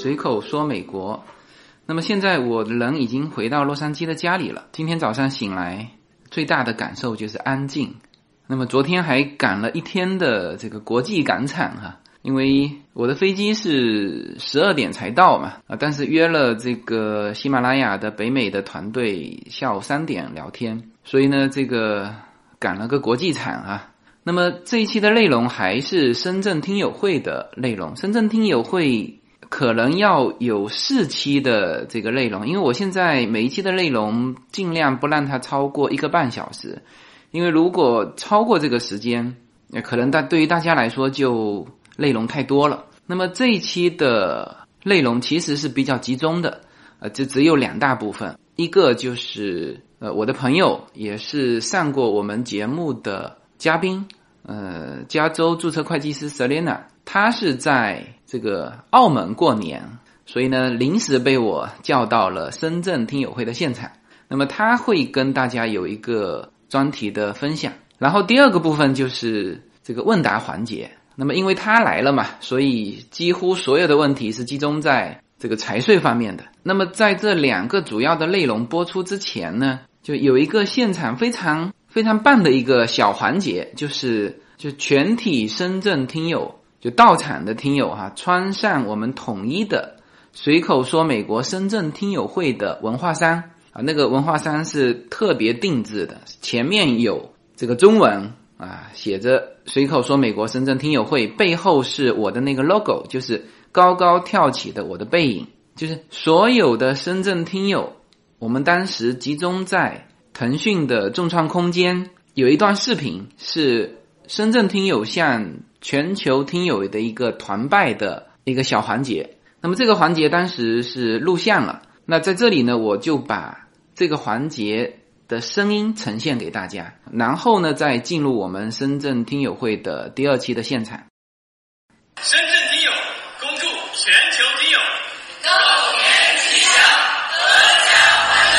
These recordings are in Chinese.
随口说美国。那么现在我人已经回到洛杉矶的家里了，今天早上醒来最大的感受就是安静。那么昨天还赶了一天的这个国际赶场哈，因为我的飞机是12点才到嘛，但是约了这个喜马拉雅的北美的团队下午3点聊天，所以呢这个赶了个国际场啊。那么这一期的内容还是深圳听友会的内容，深圳听友会可能要有4期的这个内容，因为我现在每一期的内容尽量不让它超过1个半小时，因为如果超过这个时间，可能对于大家来说就内容太多了。那么这一期的内容其实是比较集中的，就只有2大部分，一个就是我的朋友也是上过我们节目的嘉宾，加州注册会计师 Selena， 她是在这个澳门过年，所以呢临时被我叫到了深圳听友会的现场。那么她会跟大家有一个专题的分享，然后第二个部分就是这个问答环节。那么因为她来了嘛，所以几乎所有的问题是集中在这个财税方面的。那么在这2个主要的内容播出之前呢，就有一个现场非常棒的一个小环节，就全体深圳听友就到场的听友穿上我们统一的随口说美国深圳听友会的文化衫那个文化衫是特别定制的，前面有这个中文写着随口说美国深圳听友会，背后是我的那个 logo， 就是高高跳起的我的背影，就是所有的深圳听友，我们当时集中在腾讯的众创空间，有一段视频是深圳听友向全球听友的一个团拜的一个小环节。那么这个环节当时是录像了，那在这里呢我就把这个环节的声音呈现给大家，然后呢再进入我们深圳听友会的第2期的现场。 深圳听友恭祝全球听友狗年吉祥，阖家欢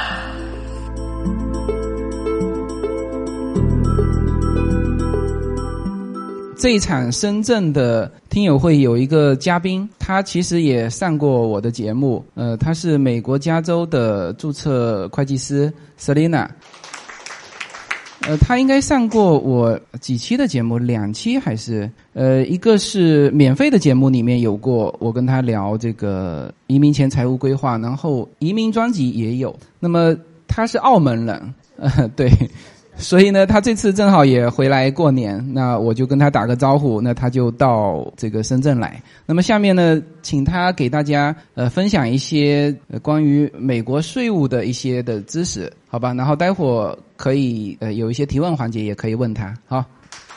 乐。这一场深圳的听友会有一个嘉宾，他其实也上过我的节目，他是美国加州的注册会计师 Selena，他应该上过我几期的节目，2期还是一个是免费的节目里面有过，我跟他聊这个移民前财务规划，然后移民专辑也有。那么他是澳门人，对。所以呢他这次正好也回来过年，那我就跟他打个招呼，那他就到这个深圳来。那么下面呢请他给大家分享一些关于美国税务的一些的知识，好吧，然后待会儿可以有一些提问环节也可以问他。好，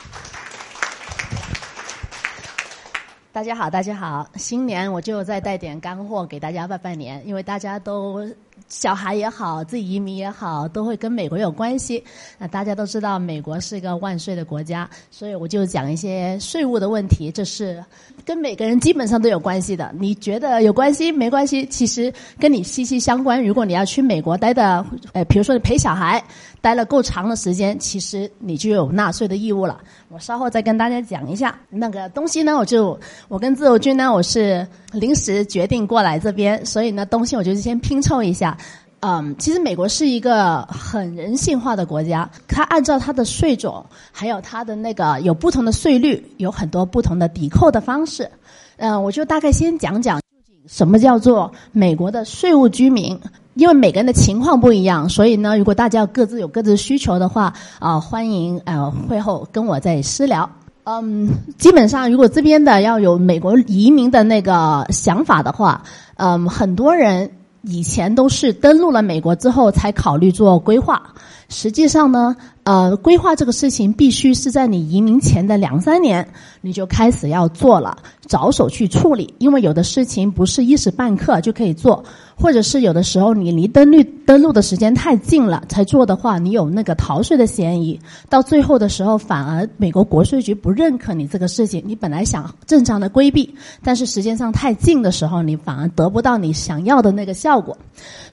大家好，大家好，新年我就再带点干货给大家拜年，因为大家都小孩也好，自己移民也好，都会跟美国有关系。那大家都知道美国是一个万税的国家，所以我就讲一些税务的问题，这是跟每个人基本上都有关系的。你觉得有关系没关系，其实跟你息息相关。如果你要去美国待的比如说你陪小孩待了够长的时间，其实你就有纳税的义务了。我稍后再跟大家讲一下那个东西呢，我跟自由军呢，我是临时决定过来这边，所以呢东西我就先拼凑一下。其实美国是一个很人性化的国家，它按照它的税种还有它的那个有不同的税率，有很多不同的抵扣的方式。我就大概先讲讲什么叫做美国的税务居民。因为每个人的情况不一样，所以呢如果大家各自有各自需求的话欢迎会后跟我再私聊。基本上如果这边的要有美国移民的那个想法的话，很多人以前都是登陆了美国之后才考虑做规划。实际上呢规划这个事情必须是在你移民前的2-3年你就开始要做了，着手去处理。因为有的事情不是一时半刻就可以做，或者是有的时候你离登陆的时间太近了才做的话，你有那个逃税的嫌疑，到最后的时候反而美国国税局不认可你这个事情，你本来想正常的规避，但是时间上太近的时候你反而得不到你想要的那个效果。所以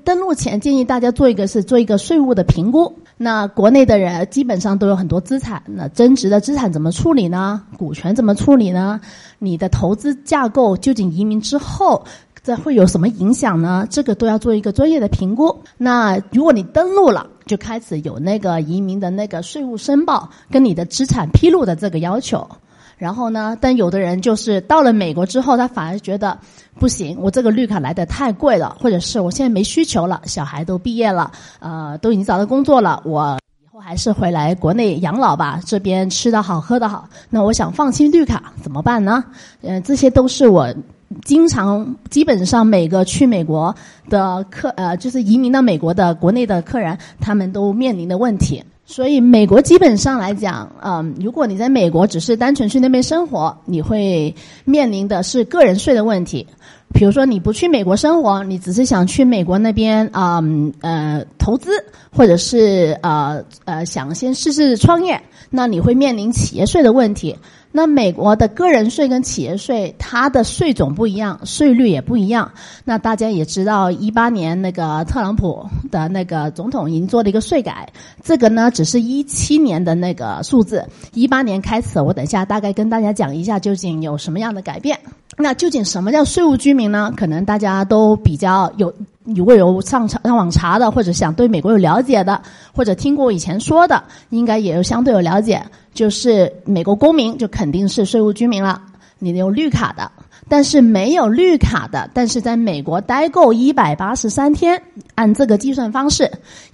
登陆前建议大家做一个税务的评估。那国内的人基本上都有很多资产，那增值的资产怎么处理呢？股权怎么处理呢？你的投资架构究竟移民之后这会有什么影响呢？这个都要做一个专业的评估。那如果你登陆了，就开始有那个移民的那个税务申报跟你的资产披露的这个要求。然后呢，但有的人就是到了美国之后，他反而觉得不行，我这个绿卡来得太贵了，或者是我现在没需求了，小孩都毕业了，都已经找到工作了，我以后还是回来国内养老吧，这边吃得好喝得好，那我想放弃绿卡怎么办呢？这些都是我基本上每个去美国的就是移民到美国的国内的客人，他们都面临的问题。所以美国基本上来讲，如果你在美国只是单纯去那边生活，你会面临的是个人税的问题。比如说你不去美国生活，你只是想去美国那边投资，或者是想先试试创业，那你会面临企业税的问题。那美国的个人税跟企业税，它的税种不一样，税率也不一样。那大家也知道18年那个特朗普的那个总统已经做了一个税改，这个呢只是17年的那个数字，18年开始，我等一下大概跟大家讲一下究竟有什么样的改变。那究竟什么叫税务居民呢？可能大家都比较如果有上网查的，或者想对美国有了解的，或者听过以前说的，应该也有相对有了解。就是美国公民就肯定是税务居民了，你有绿卡的。但是没有绿卡的，但是在美国待够183天，按这个计算方式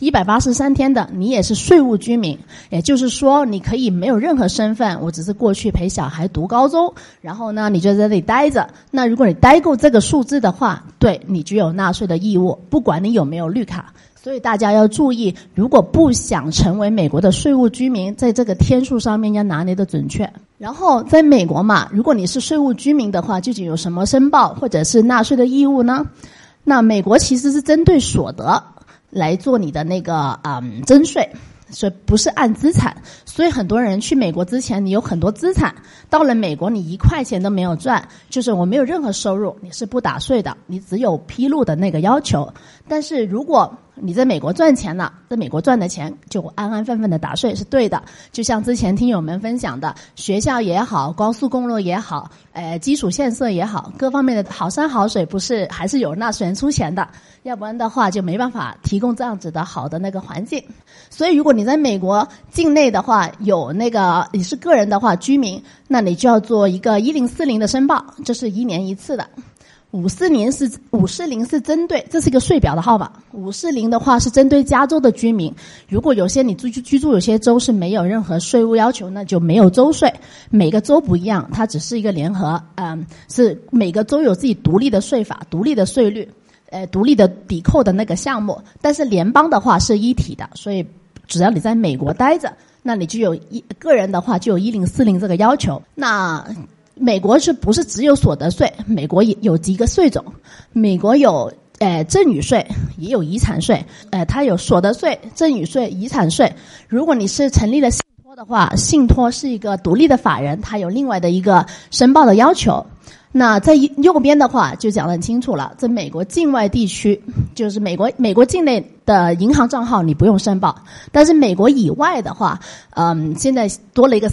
，183天的你也是税务居民。也就是说，你可以没有任何身份，我只是过去陪小孩读高中，然后呢，你就在这里待着。那如果你待够这个数字的话，对，你就有纳税的义务，不管你有没有绿卡。所以大家要注意，如果不想成为美国的税务居民，在这个天数上面要拿捏的准确。然后在美国嘛，如果你是税务居民的话，究竟有什么申报或者是纳税的义务呢？那美国其实是针对所得来做你的那个征税，所以不是按资产。所以很多人去美国之前，你有很多资产，到了美国你1块钱都没有赚，就是我没有任何收入，你是不打税的，你只有披露的那个要求。但是如果你在美国赚钱了，在美国赚的钱就安安分分的打税是对的。就像之前听友们分享的，学校也好，高速公路也好，基础建设也好，各方面的好山好水，不是还是有纳税人出钱的，要不然的话就没办法提供这样子的好的那个环境。所以如果你在美国境内的话，有那个你是个人的话居民，那你就要做一个1040的申报，这是1年1次的。540是针对，这是一个税表的号码。540的话是针对加州的居民，如果有些你居住有些州是没有任何税务要求，那就没有州税。每个州不一样，它只是一个联合，是每个州有自己独立的税法、独立的税率，独立的抵扣的那个项目。但是联邦的话是一体的，所以只要你在美国待着，那你就有个人的话就有1040这个要求。那美国是不是只有所得税？美国有几个税种，美国有赠与税，也有遗产税，它有所得税、赠与税、遗产税。如果你是成立了信托的话，信托是一个独立的法人，它有另外的一个申报的要求。那在右边的话就讲得很清楚了，在美国境外地区，就是美国境内的银行账号你不用申报，但是美国以外的话，现在多了一个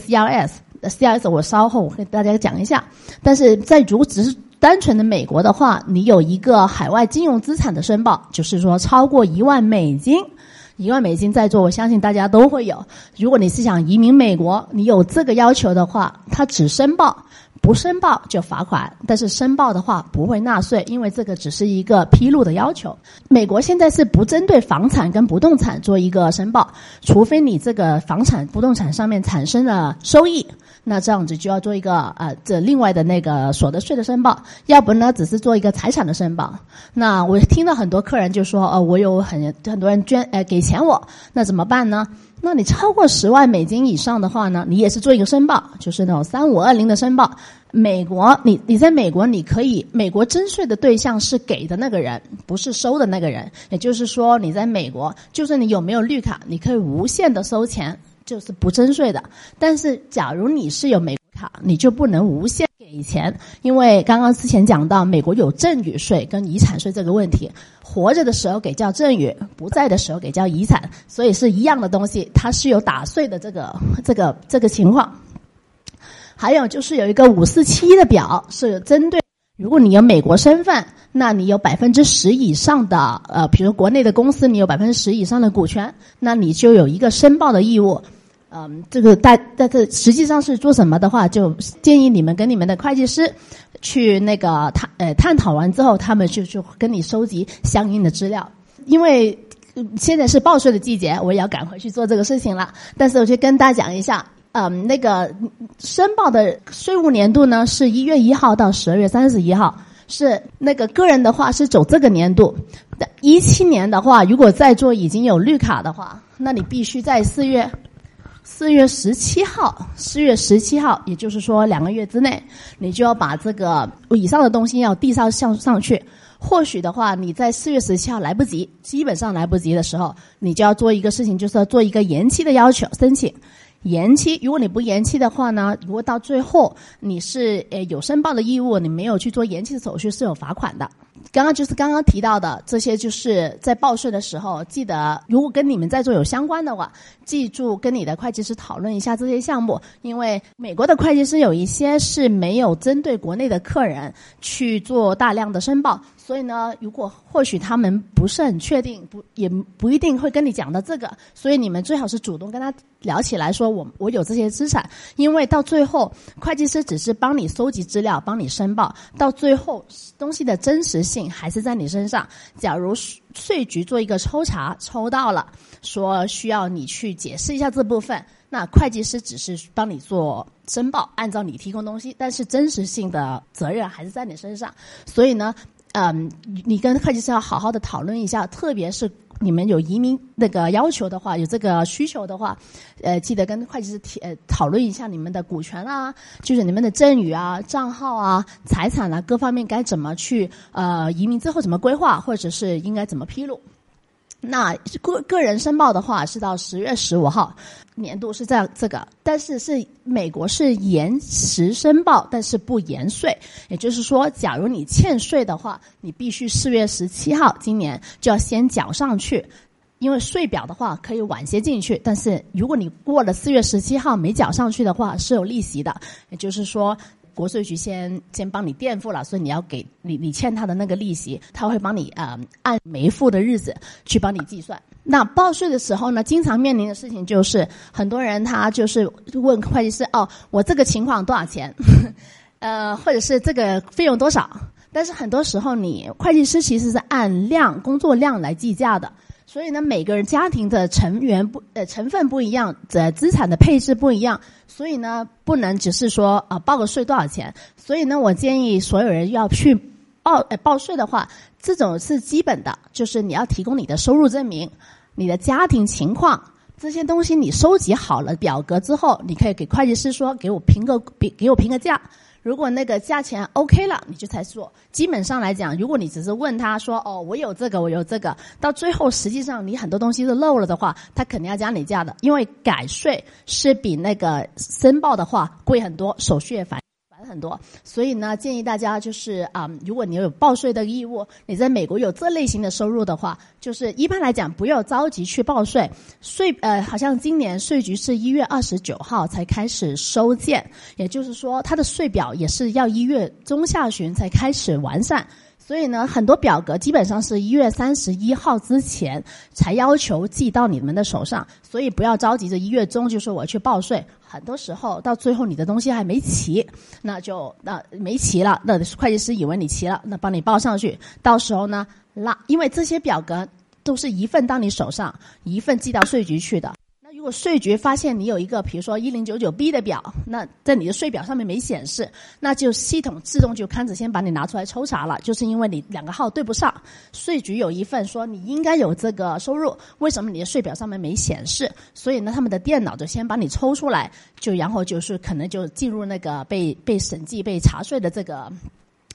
CRS 我稍后跟大家讲一下。但是如果只是单纯的美国的话，你有一个海外金融资产的申报，就是说超过1万美金，1万美金在座我相信大家都会有。如果你是想移民美国，你有这个要求的话，他只申报，不申报就罚款，但是申报的话不会纳税，因为这个只是一个披露的要求。美国现在是不针对房产跟不动产做一个申报，除非你这个房产不动产上面产生了收益，那这样子就要做一个这另外的那个所得税的申报，要不呢只是做一个财产的申报。那我听到很多客人就说我有很多人给钱我，那怎么办呢？那你超过10万美金以上的话呢，你也是做一个申报，就是那种3520的申报。美国你在美国你可以，美国征税的对象是给的那个人，不是收的那个人。也就是说你在美国就是你有没有绿卡，你可以无限的收钱，就是不征税的。但是假如你是有美国卡，你就不能无限给给钱，因为刚刚之前讲到美国有赠与税跟遗产税这个问题，活着的时候给叫赠与，不在的时候给叫遗产，所以是一样的东西，它是有打税的这个情况。还有就是有一个547的表是针对，如果你有美国身份，那你有10%以上的比如国内的公司你有10%以上的股权，那你就有一个申报的义务。这个但这实际上是做什么的话，就建议你们跟你们的会计师去那个探讨完之后，他们就跟你收集相应的资料。因为现在是报税的季节，我也要赶回去做这个事情了。但是我就跟大家讲一下，那个申报的税务年度呢是1月1号到12月31号，是那个个人的话是走这个年度。17年的话，如果在座已经有绿卡的话，那你必须在4月17号，也就是说2个月之内，你就要把这个以上的东西要递上去。或许的话，你在4月17号来不及，基本上来不及的时候，你就要做一个事情，就是要做一个延期的要求申请。延期，如果你不延期的话呢，如果到最后你是有申报的义务，你没有去做延期的手续，是有罚款的。刚刚提到的这些，就是在报税的时候，记得如果跟你们在座有相关的话，记住跟你的会计师讨论一下这些项目，因为美国的会计师有一些是没有针对国内的客人去做大量的申报，所以呢，如果或许他们不是很确定，也不一定会跟你讲到这个，所以你们最好是主动跟他聊起来，说我有这些资产，因为到最后会计师只是帮你收集资料，帮你申报，到最后东西的真实性还是在你身上。假如税局做一个抽查，抽到了说需要你去解释一下这部分，那会计师只是帮你做申报，按照你提供东西，但是真实性的责任还是在你身上。所以呢你跟会计师要好好的讨论一下，特别是你们有移民那个要求的话，有这个需求的话，记得跟会计师讨论一下你们的股权啊，就是你们的赠与啊、账号啊、财产啊各方面该怎么去移民之后怎么规划，或者是应该怎么披露。那个人申报的话是到10月15号，年度是这个，但是美国是延迟申报，但是不延税。也就是说，假如你欠税的话，你必须4月17号今年就要先缴上去，因为税表的话可以晚些进去，但是如果你过了4月17号没缴上去的话，是有利息的。也就是说，国税局先帮你垫付了，所以你要给你欠他的那个利息，他会帮你按没付的日子去帮你计算。那报税的时候呢，经常面临的事情就是很多人他就是问会计师，我这个情况多少钱或者是这个费用多少，但是很多时候你会计师其实是按工作量来计价的。所以呢，每个人家庭的成分不一样，资产的配置不一样，所以呢，不能只是说报个税多少钱。所以呢，我建议所有人要去报税的话，这种是基本的，就是你要提供你的收入证明、你的家庭情况这些东西，你收集好了表格之后，你可以给会计师说给我评个价。如果那个价钱 OK 了，你就才做。基本上来讲，如果你只是问他说我有这个，到最后实际上你很多东西是漏了的话，他肯定要加你价的，因为改税是比那个申报的话贵很多，手续也烦很多。所以呢，建议大家就是如果你有报税的义务，你在美国有这类型的收入的话，就是一般来讲不要着急去报税。好像今年税局是1月29号才开始收件，也就是说它的税表也是要1月中下旬才开始完善。所以呢，很多表格基本上是1月31号之前才要求寄到你们的手上，所以不要着急着1月中就说我去报税，很多时候到最后你的东西还没齐，那没齐了，那会计师以为你齐了，那帮你报上去，到时候呢因为这些表格都是一份到你手上，一份寄到税局去的。如果税局发现你有一个比如说 1099B 的表，那在你的税表上面没显示，那就系统自动就开始先把你拿出来抽查了，就是因为你2个号对不上，税局有一份说你应该有这个收入，为什么你的税表上面没显示，所以呢他们的电脑就先把你抽出来，然后就是可能就进入那个被审计被查税的这个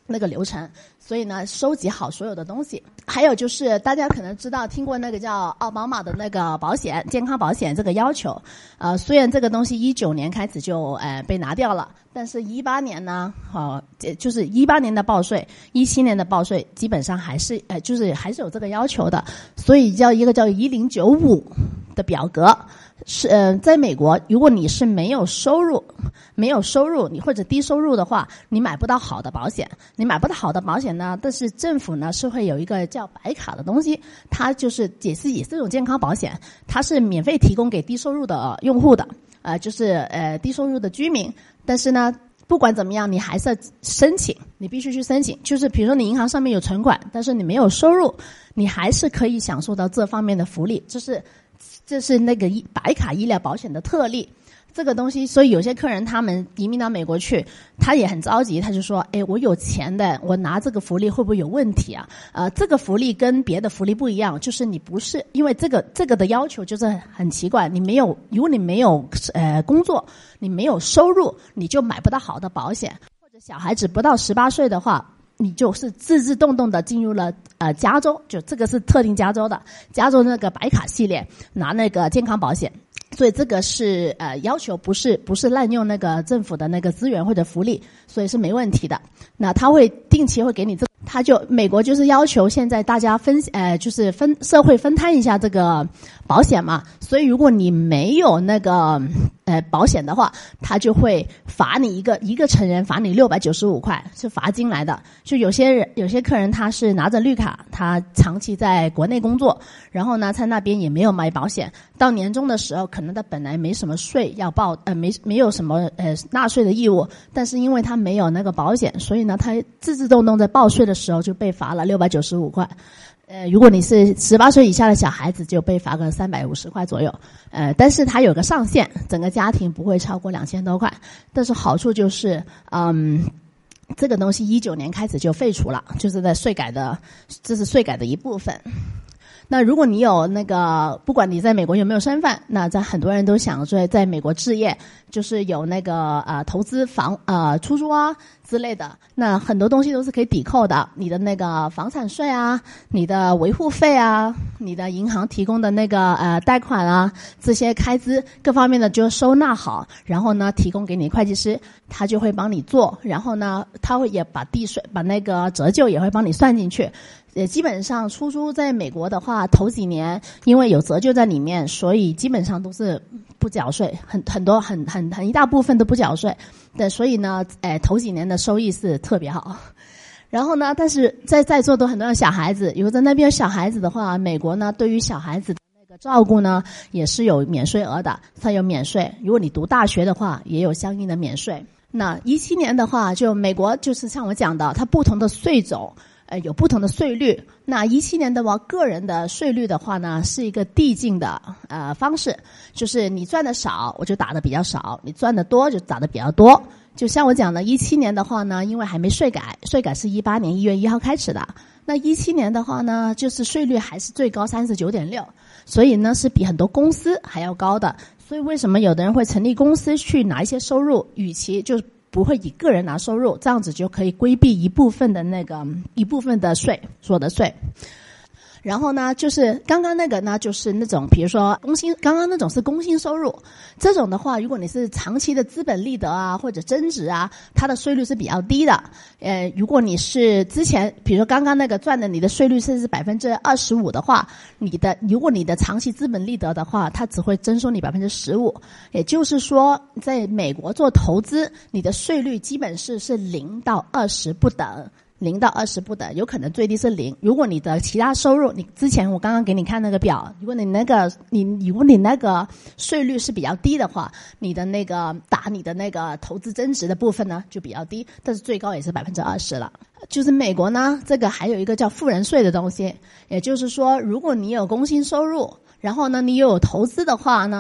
那个流程，所以呢，收集好所有的东西。还有就是大家可能听过那个叫奥巴马的那个保险，健康保险这个要求，虽然这个东西19年开始就被拿掉了，但是18年呢，就是18年的报税，17年的报税基本上还是还是有这个要求的，所以叫一个叫1095的表格。是在美国，如果你是没有收入，你或者低收入的话，你买不到好的保险。你买不到好的保险呢，但是政府呢是会有一个叫白卡的东西，它就是也是这种健康保险，它是免费提供给低收入的用户的，就是低收入的居民。但是呢，不管怎么样，你还是要申请，你必须去申请。就是比如说你银行上面有存款，但是你没有收入，你还是可以享受到这方面的福利。这是那个白卡医疗保险的特例，这个东西，所以有些客人他们移民到美国去，他也很着急，他就说：“我有钱的，我拿这个福利会不会有问题啊？”这个福利跟别的福利不一样，就是你不是因为这个的要求就是很奇怪，如果你没有工作，你没有收入，你就买不到好的保险，或者小孩子不到18岁的话。你就是自动的进入了加州，就这个是特定加州的那个白卡系列拿那个健康保险，所以这个是要求不是滥用那个政府的那个资源或者福利，所以是没问题的。那他会定期会给你美国就是要求现在大家就是社会分摊一下这个保险嘛，所以如果你没有那个保险的话，他就会罚你一个成人罚你695块，是罚金来的。就有些客人他是拿着绿卡，他长期在国内工作，然后呢在那边也没有买保险，到年终的时候可能他本来没什么税要报，没有什么纳税的义务，但是因为他没有那个保险，所以呢他自动在报税的时候就被罚了695块。如果你是18岁以下的小孩子，就被罚个350块左右。但是它有个上限，整个家庭不会超过2000多块。但是好处就是，这个东西19年开始就废除了，就是在这是税改的一部分。那如果你有那个，不管你在美国有没有身份，那在很多人都想说在美国置业，就是有那个投资出租啊之类的，那很多东西都是可以抵扣的。你的那个房产税啊，你的维护费啊，你的银行提供的那个贷款啊，这些开支各方面的就收纳好，然后呢提供给你会计师，他就会帮你做，然后呢他会也把地税把那个折旧也会帮你算进去。基本上出租在美国的话，头几年因为有折旧在里面，所以基本上都是不缴税，很多很一大部分都不缴税。对，所以呢，头几年的收益是特别好。然后呢，但是在座都很多小孩子，如果在那边小孩子的话，美国呢对于小孩子的那个照顾呢也是有免税额的，它有免税。如果你读大学的话，也有相应的免税。那17年的话，就美国就是像我讲的，它不同的税种。有不同的税率。那17年的话，个人的税率的话呢，是一个递进的方式，就是你赚的少，我就打的比较少；你赚的多，就打的比较多。就像我讲的，17年的话呢，因为还没税改，税改是18年1月1号开始的。那17年的话呢，就是税率还是最高39.6%，所以呢是比很多公司还要高的。所以为什么有的人会成立公司去拿一些收入，与其就是不会以个人拿收入，这样子就可以规避一部分的税，所得税。然后呢，就是刚刚那个呢，就是那种比如说刚刚那种是工薪收入，这种的话，如果你是长期的资本利得啊或者增值啊，它的税率是比较低的。如果你是之前比如说刚刚那个赚的，你的税率是25%的话，如果你的长期资本利得的话，它只会征收你15%。也就是说，在美国做投资，你的税率基本是0到20不等。0到20不等，有可能最低是0。如果你的其他收入，你之前我刚刚给你看那个表，如果你那个税率是比较低的话，你的那个投资增值的部分呢就比较低，但是最高也是20%了。就是美国呢，这个还有一个叫富人税的东西，也就是说，如果你有工薪收入，然后呢你又有投资的话呢，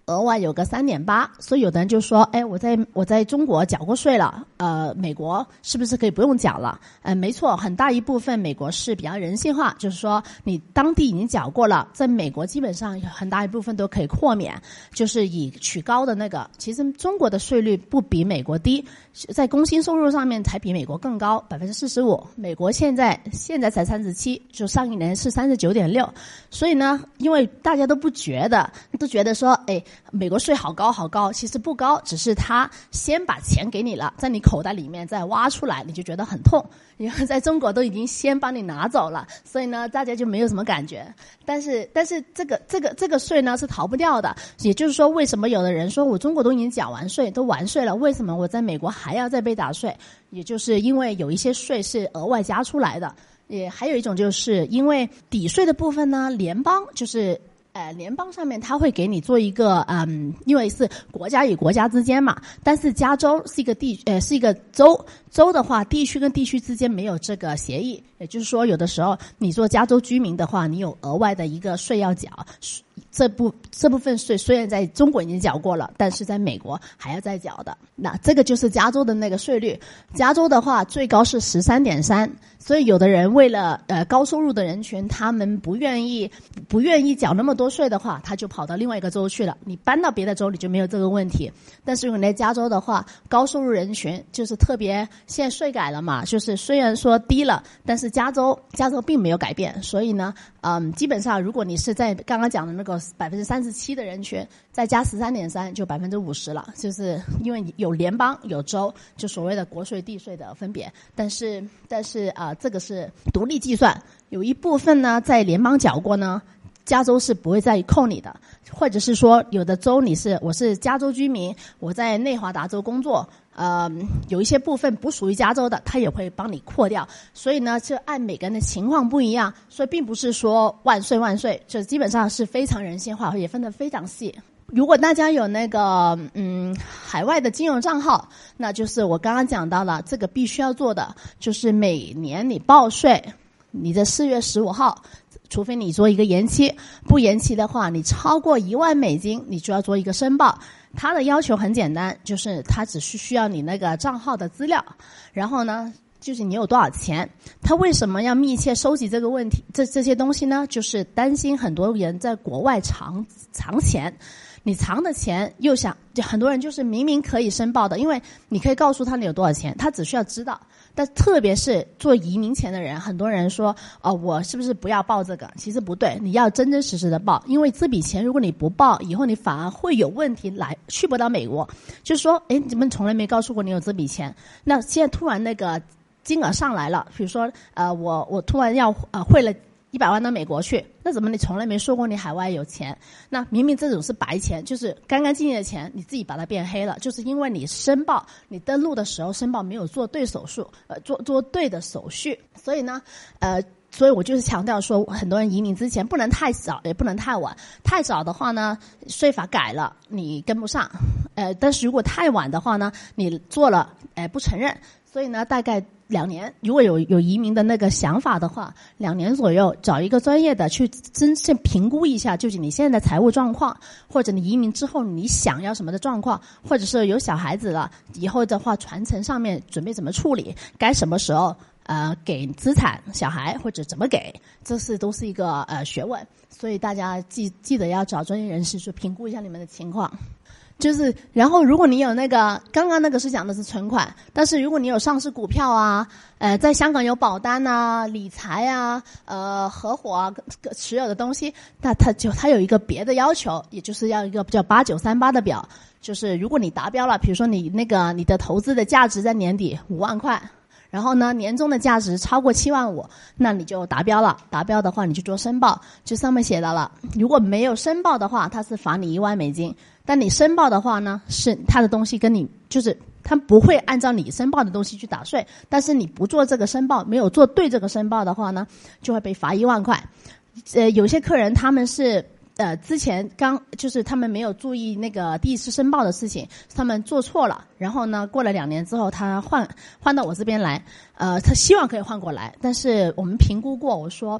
额外有个 3.8%， 所以有的人就说，哎，我在中国缴过税了，美国是不是可以不用缴了？没错，很大一部分美国是比较人性化，就是说你当地已经缴过了，在美国基本上很大一部分都可以豁免，就是以取高的那个。其实中国的税率不比美国低，在工薪收入上面才比美国更高，45%，美国现在才37%，就上一年是39.6%。所以呢，因为大家都觉得说，哎，美国税好高好高，其实不高，只是他先把钱给你了，在你口袋里面再挖出来，你就觉得很痛。因为在中国都已经先帮你拿走了，所以呢，大家就没有什么感觉。但是这个税呢是逃不掉的。也就是说，为什么有的人说我中国都已经缴完税，都完税了，为什么我在美国还要再被打税？也就是因为有一些税是额外加出来的。也还有一种就是因为抵税的部分呢，联邦就是联邦上面它会给你做一个因为是国家与国家之间嘛，但是加州是一个州的话，地区跟地区之间没有这个协议，也就是说有的时候你做加州居民的话，你有额外的一个税要缴，这部分税虽然在中国已经缴过了，但是在美国还要再缴的。那这个就是加州的那个税率，加州的话最高是 13.3%， 所以有的人为了高收入的人群，他们不愿意缴那么多税的话，他就跑到另外一个州去了，你搬到别的州你就没有这个问题。但是如果在加州的话，高收入人群就是特别，现在税改了嘛，就是虽然说低了，但是加州并没有改变，所以呢基本上如果你是在刚刚讲的那个 37% 的人群，再加 13.3% 就 50% 了，就是因为有联邦有州，就所谓的国税地税的分别。但是这个是独立计算，有一部分呢在联邦缴过呢，加州是不会再扣你的，或者是说有的州我是加州居民，我在内华达州工作，有一些部分不属于加州的，他也会帮你扣掉。所以呢，就按每个人的情况不一样，所以并不是说万税万税，就基本上是非常人性化，也分得非常细。如果大家有那个海外的金融账号，那就是我刚刚讲到了，这个必须要做的就是每年你报税，你的4月15号。除非你做一个延期，不延期的话，你超过$10,000，你就要做一个申报。它的要求很简单，就是它只是需要你那个账号的资料，然后呢，就是你有多少钱。他为什么要密切收集这个问题？这些东西呢，就是担心很多人在国外藏钱。你藏的钱又想，很多人就是明明可以申报的，因为你可以告诉他你有多少钱，他只需要知道。但特别是做移民前的人，很多人说我是不是不要报这个？其实不对，你要真真实实的报，因为这笔钱如果你不报，以后你反而会有问题，去不到美国。就是说，你们从来没告诉过你有这笔钱，那现在突然那个金额上来了，比如说我突然要汇了100万到美国去，那怎么你从来没说过你海外有钱？那明明这种是白钱，就是干干净净的钱，你自己把它变黑了，就是因为你申报，你登录的时候申报没有做对做对的手续。所以呢所以我就是强调说，很多人移民之前不能太早，也不能太晚。太早的话呢，税法改了，你跟不上。但是如果太晚的话呢，你做了，不承认。所以呢，大概2年，如果有移民的那个想法的话，2年左右找一个专业的去真正评估一下，就是你现在的财务状况，或者你移民之后你想要什么的状况，或者是有小孩子了以后的话，传承上面准备怎么处理，该什么时候给资产小孩或者怎么给，这都是一个学问。所以大家记得要找专业人士去评估一下你们的情况。就是然后如果你有那个刚刚那个是讲的是存款，但是如果你有上市股票啊，在香港有保单啊、理财啊、合伙啊持有的东西，那它有一个别的要求，也就是要一个叫8938的表，就是如果你达标了，比如说你的投资的价值在年底5万块，然后呢，年终的价值超过7.5万，那你就达标了。达标的话，你就做申报，就上面写到了。如果没有申报的话，它是罚你$10,000。但你申报的话呢，是他的东西跟你就是他不会按照你申报的东西去打税，但是你不做这个申报，没有做对这个申报的话呢，就会被罚1万块。有些客人他们是。之前就是他们没有注意那个第一次申报的事情，他们做错了，然后呢，过了2年之后，他换到我这边来，他希望可以换过来，但是我们评估过，我说，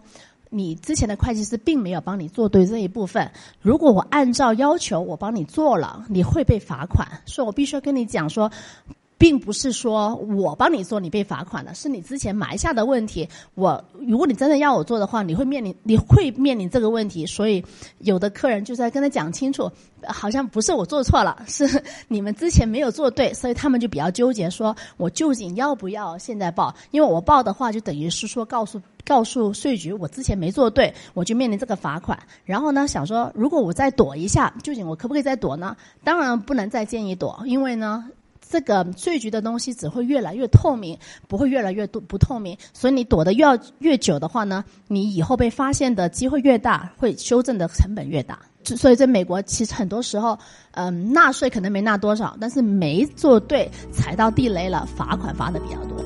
你之前的会计师并没有帮你做对这一部分，如果我按照要求我帮你做了，你会被罚款。所以我必须要跟你讲说，并不是说我帮你做你被罚款了，是你之前埋下的问题。如果你真的要我做的话，你会面临这个问题。所以有的客人就是要跟他讲清楚，好像不是我做错了，是你们之前没有做对，所以他们就比较纠结，说我究竟要不要现在报？因为我报的话就等于是说告诉税局我之前没做对，我就面临这个罚款。然后呢，想说如果我再躲一下，究竟我可不可以再躲呢？当然不能再建议躲，因为呢这个税局的东西只会越来越透明，不会越来越不透明。所以你躲得越久的话呢，你以后被发现的机会越大，会修正的成本越大。所以在美国其实很多时候纳税可能没纳多少，但是没做对踩到地雷了，罚款罚的比较多。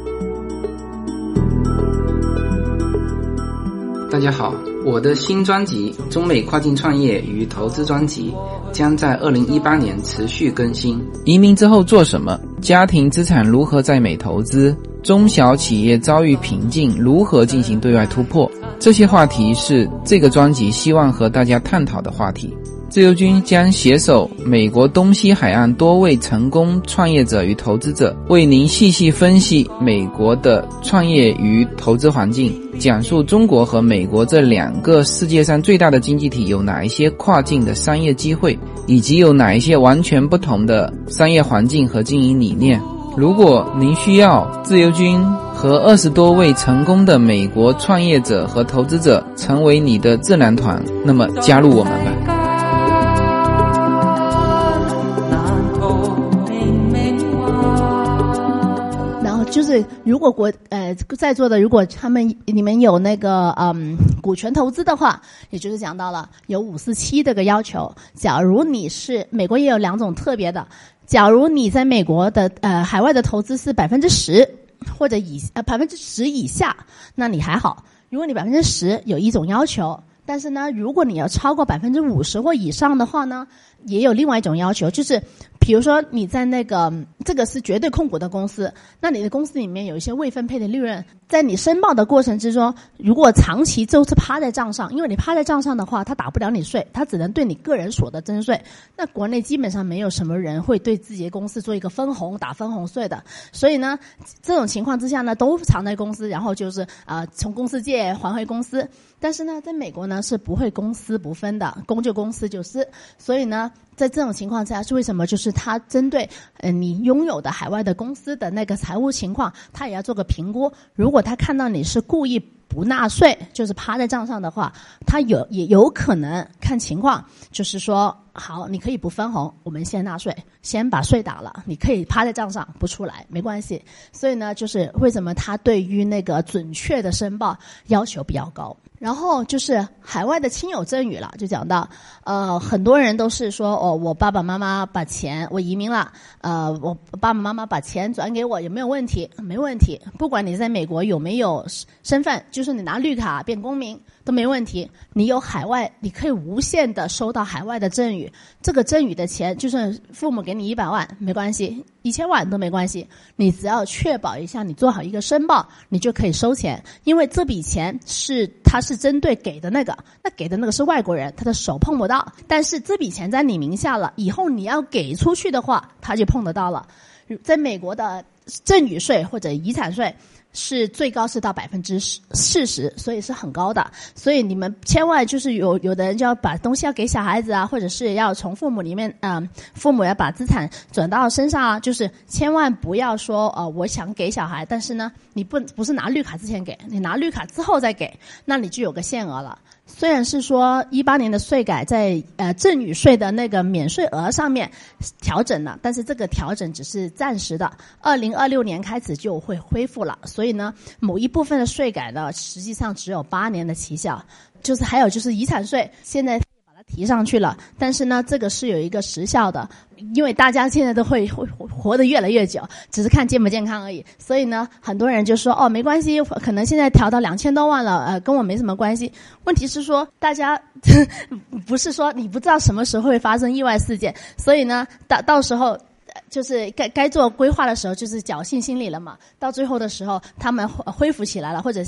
大家好，我的新专辑《中美跨境创业与投资专辑》将在2018年持续更新。移民之后做什么？家庭资产如何在美投资？中小企业遭遇瓶颈，如何进行对外突破？这些话题是这个专辑希望和大家探讨的话题。自由军将携手美国东西海岸多位成功创业者与投资者，为您细细分析美国的创业与投资环境，讲述中国和美国这两个世界上最大的经济体有哪一些跨境的商业机会，以及有哪一些完全不同的商业环境和经营理念。如果您需要自由军和20多位成功的美国创业者和投资者成为你的智囊团，那么加入我们吧。 就是如果在座的，如果你们有那个股权投资的话，也就是讲到了有547这个要求。假如你是美国也有2种特别的，假如你在美国的海外的投资是10%或者10%以下，那你还好。如果你10%有一种要求，但是呢，如果你要超过50%或以上的话呢，也有另外一种要求，就是比如说你在这个是绝对控股的公司，那你的公司里面有一些未分配的利润，在你申报的过程之中，如果长期就是趴在账上，因为你趴在账上的话，它打不了你税，它只能对你个人所得征税。那国内基本上没有什么人会对自己的公司做一个分红打分红税的，所以呢，这种情况之下呢，都藏在公司，然后就是从公司借还回公司。但是呢，在美国呢是不会公私不分的，公就公，私就私。所以呢，在这种情况下是为什么？就是他针对你拥有的海外的公司的那个财务情况，他也要做个评估。如果他看到你是故意不纳税，就是趴在账上的话，他也有可能看情况，就是说好，你可以不分红，我们先纳税，先把税打了，你可以趴在账上不出来，没关系。所以呢，就是为什么他对于那个准确的申报要求比较高。然后就是海外的亲友赠与了，就讲到很多人都是说我爸爸妈妈把钱，我移民了，我爸爸妈妈把钱转给我，有没有问题？没问题，不管你在美国有没有身份，就是你拿绿卡变公民都没问题。你有海外，你可以无限的收到海外的赠与，这个赠与的钱，就算父母给你100万没关系，1000万都没关系，你只要确保一下你做好一个申报，你就可以收钱。因为这笔钱它是针对给的那个是外国人，他的手碰不到，但是这笔钱在你名下了，以后你要给出去的话，他就碰得到了。在美国的赠与税或者遗产税是最高是到40%，所以是很高的。所以你们千万就是有的人就要把东西要给小孩子啊，或者是要从父母里面父母要把资产转到身上啊，就是千万不要说我想给小孩，但是呢你不是拿绿卡之前给，你拿绿卡之后再给，那你就有个限额了。虽然是说18年的税改在赠与税的那个免税额上面调整了，但是这个调整只是暂时的，2026年开始就会恢复了。所以呢，某一部分的税改呢，实际上只有8年的期效。就是还有就是遗产税，现在把它提上去了，但是呢，这个是有一个时效的，因为大家现在都会活得越来越久，只是看健不健康而已。所以呢，很多人就说没关系，可能现在调到2000多万了，跟我没什么关系。问题是说大家不是说你不知道什么时候会发生意外事件，所以呢，到时候就是该做规划的时候，就是侥幸心理了嘛。到最后的时候，他们恢复起来了，或者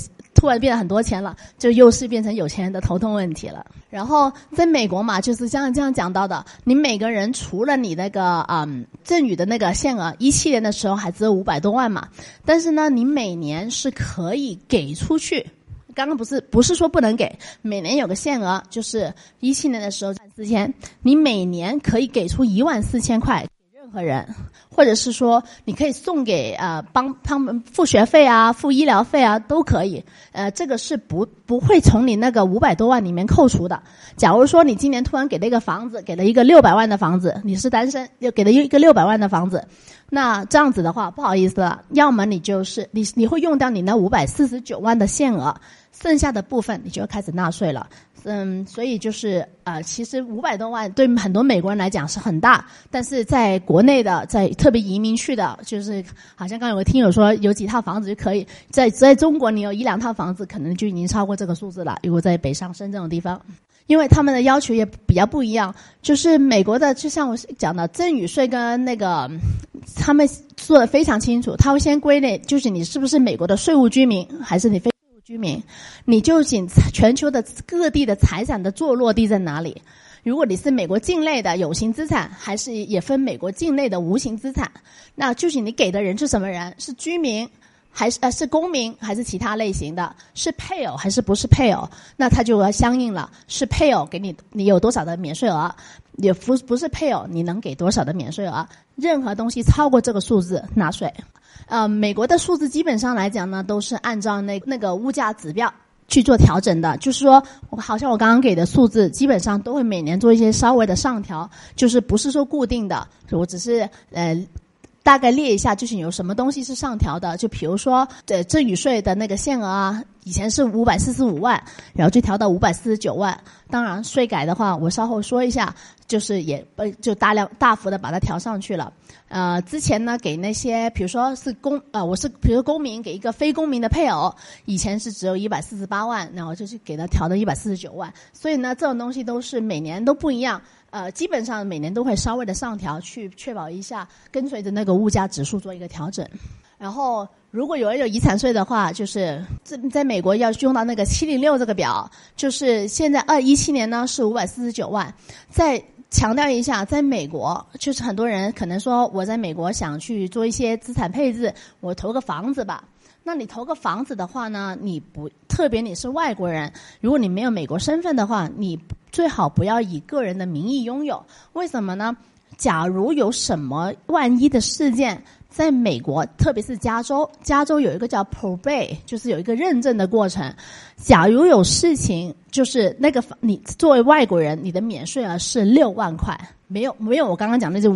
突然变得很多钱了，就又是变成有钱人的头痛问题了。然后在美国嘛，就是这样讲到的，你每个人除了你那个赠与的那个限额，17年的时候还只有500多万嘛，但是呢，你每年是可以给出去。刚刚不是说不能给，每年有个限额，就是17年的时候4000，你每年可以给出14000块给任何人，或者是说你可以送给帮他们付学费啊、付医疗费啊都可以。这个是不会从你那个500多万里面扣除的。假如说你今年突然给了一个房子，给了一个600万的房子，你是单身，又给了一个600万的房子，那这样子的话，不好意思了，要么你就是你会用掉你那549万的限额，剩下的部分你就要开始纳税了。所以就是其实500多万对很多美国人来讲是很大，但是在国内的，在特别移民去的，就是好像刚有个听友说有几套房子就可以，在中国你有1-2套房子可能就已经超过这个数字了，如果在北上深这种地方。因为他们的要求也比较不一样，就是美国的就像我讲的赠与税跟那个他们做的非常清楚，他会先归类，就是你是不是美国的税务居民还是你非税务居民，你究竟全球的各地的财产的坐落地在哪里，如果你是美国境内的有形资产，还是也分美国境内的无形资产，那究竟你给的人是什么人，是居民还是是公民还是其他类型的，是配偶还是不是配偶，那它就要相应了，是配偶给你有多少的免税额，也不是配偶你能给多少的免税额，任何东西超过这个数字纳税。美国的数字基本上来讲呢，都是按照那个物价指标去做调整的，就是说好像我刚刚给的数字基本上都会每年做一些稍微的上调，就是不是说固定的，我只是大概列一下，就是有什么东西是上调的，就比如说赠与税的那个限额啊，以前是545万，然后就调到549万。当然税改的话，我稍后说一下，就是也就大幅的把它调上去了。之前呢给那些比如说是我是比如公民给一个非公民的配偶，以前是只有148万，然后就是给它调到149万。所以呢这种东西都是每年都不一样。基本上每年都会稍微的上调，去确保一下跟随着那个物价指数做一个调整。然后如果有人有遗产税的话，就是在美国要用到那个706这个表，就是现在2017年呢是549万。再强调一下，在美国就是很多人可能说我在美国想去做一些资产配置，我投个房子吧。那你投个房子的话呢，特别你是外国人，如果你没有美国身份的话，你最好不要以个人的名义拥有。为什么呢？假如有什么万一的事件，在美国特别是加州有一个叫 probate， 就是有一个认证的过程。假如有事情，就是那个你作为外国人，你的免税额是6万块，没有我刚刚讲的这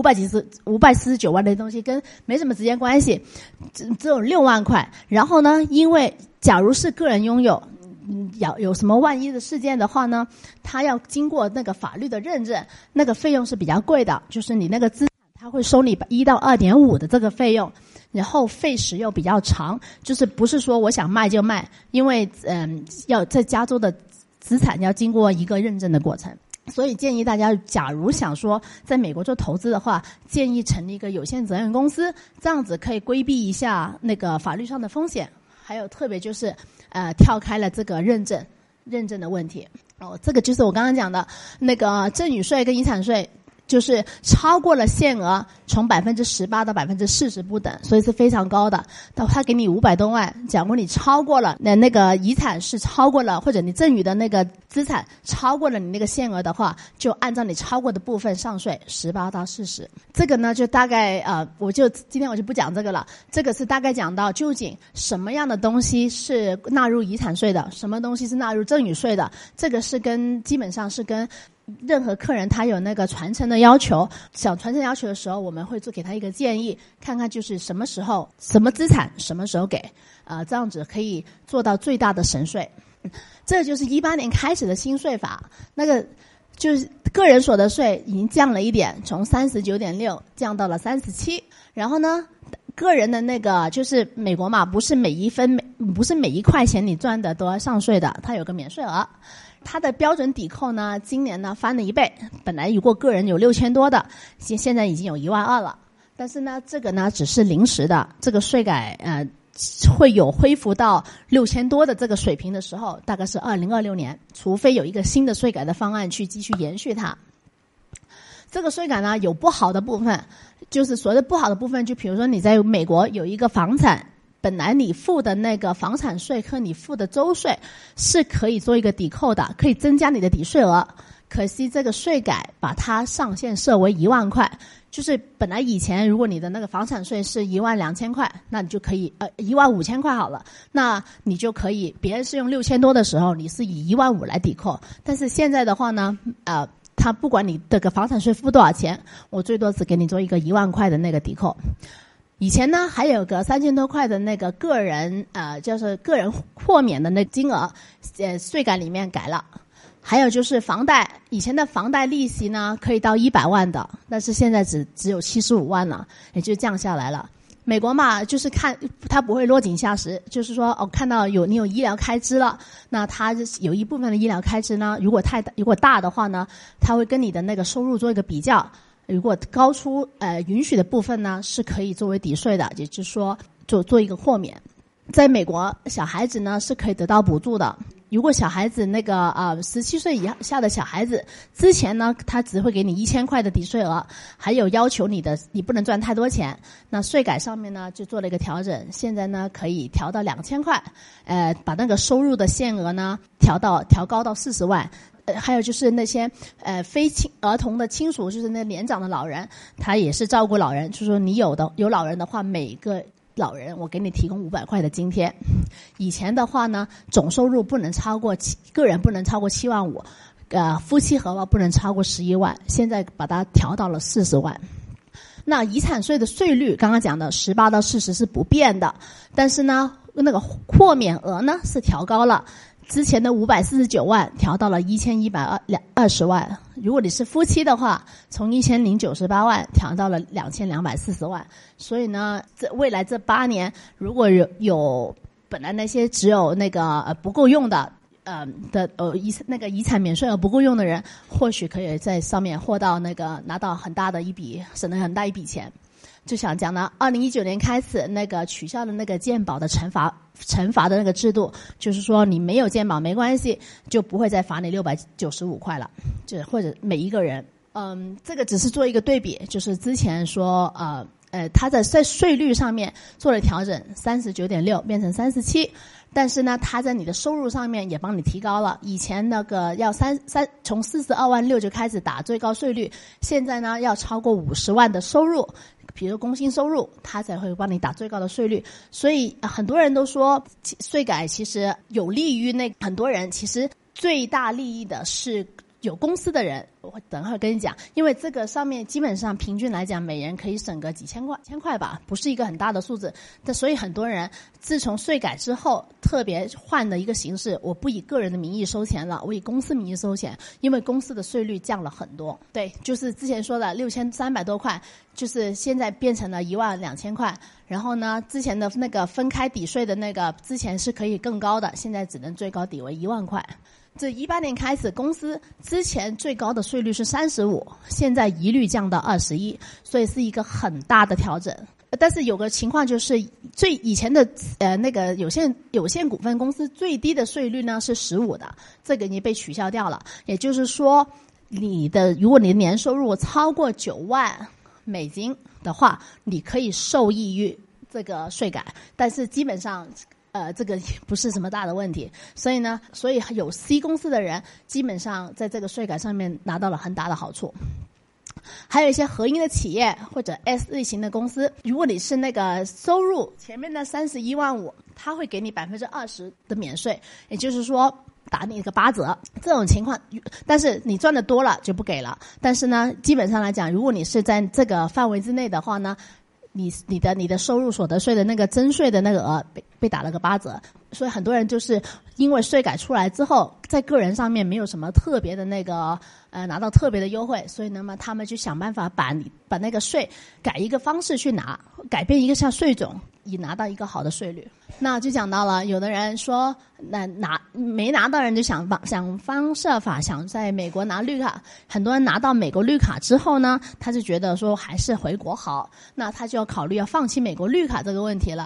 549万的东西跟没什么直接关系，只有6万块。然后呢，因为假如是个人拥有，有什么万一的事件的话呢，他要经过那个法律的认证，那个费用是比较贵的，就是你那个资产他会收你1到2.5的这个费用，然后费时又比较长，就是不是说我想卖就卖，因为要在加州的资产要经过一个认证的过程。所以建议大家，假如想说在美国做投资的话，建议成立一个有限责任公司，这样子可以规避一下那个法律上的风险，还有特别就是跳开了这个认证的问题。这个就是我刚刚讲的那个赠与税跟遗产税，就是超过了限额，从18%到40%不等，所以是非常高的。他给你500多万，假如你超过了，那个遗产是超过了，或者你赠与的那个资产超过了你那个限额的话，就按照你超过的部分上税18到40%。这个呢，就大概今天我就不讲这个了。这个是大概讲到究竟什么样的东西是纳入遗产税的，什么东西是纳入赠与税的。这个是基本上是跟任何客人他有那个传承的要求，想传承要求的时候，我们会做给他一个建议，看看就是什么时候什么资产什么时候给，这样子可以做到最大的省税。这就是18年开始的新税法，那个就是个人所得税已经降了一点，从39.6降到了37。然后呢，个人的那个就是美国嘛，不是每一块钱你赚的都要上税的，它有个免税额。它的标准抵扣呢，今年呢翻了1倍，本来如果个人有6000多的，现在已经有12000了。但是呢，这个呢只是临时的，这个税改会有恢复到6000多的这个水平的时候，大概是2026年，除非有一个新的税改的方案去继续延续它。这个税改呢有不好的部分，就是所谓的不好的部分，就比如说你在美国有一个房产，本来你付的那个房产税和你付的州税是可以做一个抵扣的，可以增加你的抵税额。可惜这个税改把它上限设为1万块，就是本来以前如果你的那个房产税是12000块，那你就可以15000块好了，那你就可以别人是用6000多的时候，你是以15000来抵扣。但是现在的话呢，他不管你这个房产税付多少钱，我最多只给你做一个1万块的那个抵扣。以前呢还有个3000多块的那个个人就是个人豁免的那金额，税改里面改了。还有就是房贷，以前的房贷利息呢可以到100万的，但是现在只有75万了，也就降下来了。美国嘛，就是看它不会落井下石，就是说看到你有医疗开支了，那它有一部分的医疗开支呢，如果大的话呢，它会跟你的那个收入做一个比较，如果高出允许的部分呢，是可以作为抵税的，也就是说做一个豁免。在美国，小孩子呢是可以得到补助的。如果小孩子那个17岁以下的小孩子，之前呢他只会给你1000块的抵税额，还有要求你不能赚太多钱。那税改上面呢就做了一个调整，现在呢可以调到2000块，把那个收入的限额呢调高到40万。还有就是那些非儿童的亲属，就是那年长的老人，他也是照顾老人，就是说你有老人的话，每个老人我给你提供500块的津贴。以前的话呢，总收入个人不能超过7万5，夫妻合不能超过11万，现在把它调到了40万。那遗产税的税率刚刚讲的18到40是不变的，但是呢那个豁免额呢是调高了，之前的549万调到了1120万。如果你是夫妻的话，从1098万调到了2240万。所以呢，未来这8年，如果有本来那些只有那个不够用的那个遗产免税额不够用的人，或许可以在上面拿到很大的一笔，省了很大一笔钱。就想讲呢，2019年开始那个取消了那个健保的惩罚的那个制度，就是说你没有健保没关系，就不会再罚你695块了，就或者每一个人。这个只是做一个对比，就是之前说他在税率上面做了调整，39.6变成37，但是呢，他在你的收入上面也帮你提高了。以前那个要从42万6就开始打最高税率，现在呢要超过50万的收入，比如工薪收入，他才会帮你打最高的税率。所以很多人都说税改其实有利于很多人，其实最大利益的是有公司的人，我等会儿跟你讲，因为这个上面基本上平均来讲，每人可以省个几千块吧，不是一个很大的数字。但所以很多人自从税改之后，特别换了一个形式，我不以个人的名义收钱了，我以公司名义收钱，因为公司的税率降了很多。对，就是之前说的6300多块，就是现在变成了12000块。然后呢，之前的那个分开抵税的那个，之前是可以更高的，现在只能最高抵为1万块。这18年开始，公司之前最高的税率是35%，现在一律降到21%，所以是一个很大的调整。但是有个情况就是，以前的那个有限股份公司最低的税率呢是15%的，这个已经被取消掉了。也就是说，如果你的年收入超过9万美金的话，你可以受益于这个税改，但是基本上这个不是什么大的问题。所以有 C 公司的人基本上在这个税改上面拿到了很大的好处。还有一些合营的企业或者 S 类型的公司，如果你是那个收入前面的31万5，他会给你20%的免税，也就是说打你一个8折。这种情况，但是你赚的多了就不给了。但是呢，基本上来讲，如果你是在这个范围之内的话呢，你的收入所得税的那个征税的那个额被打了个8折。所以很多人就是因为税改出来之后，在个人上面没有什么特别的那个拿到特别的优惠，所以呢他们就想办法把那个税改一个方式去拿，改变一个像税种，以拿到一个好的税率。那就讲到了，有的人说没拿到人就想方设法想在美国拿绿卡，很多人拿到美国绿卡之后呢，他就觉得说还是回国好，那他就要考虑要放弃美国绿卡这个问题了。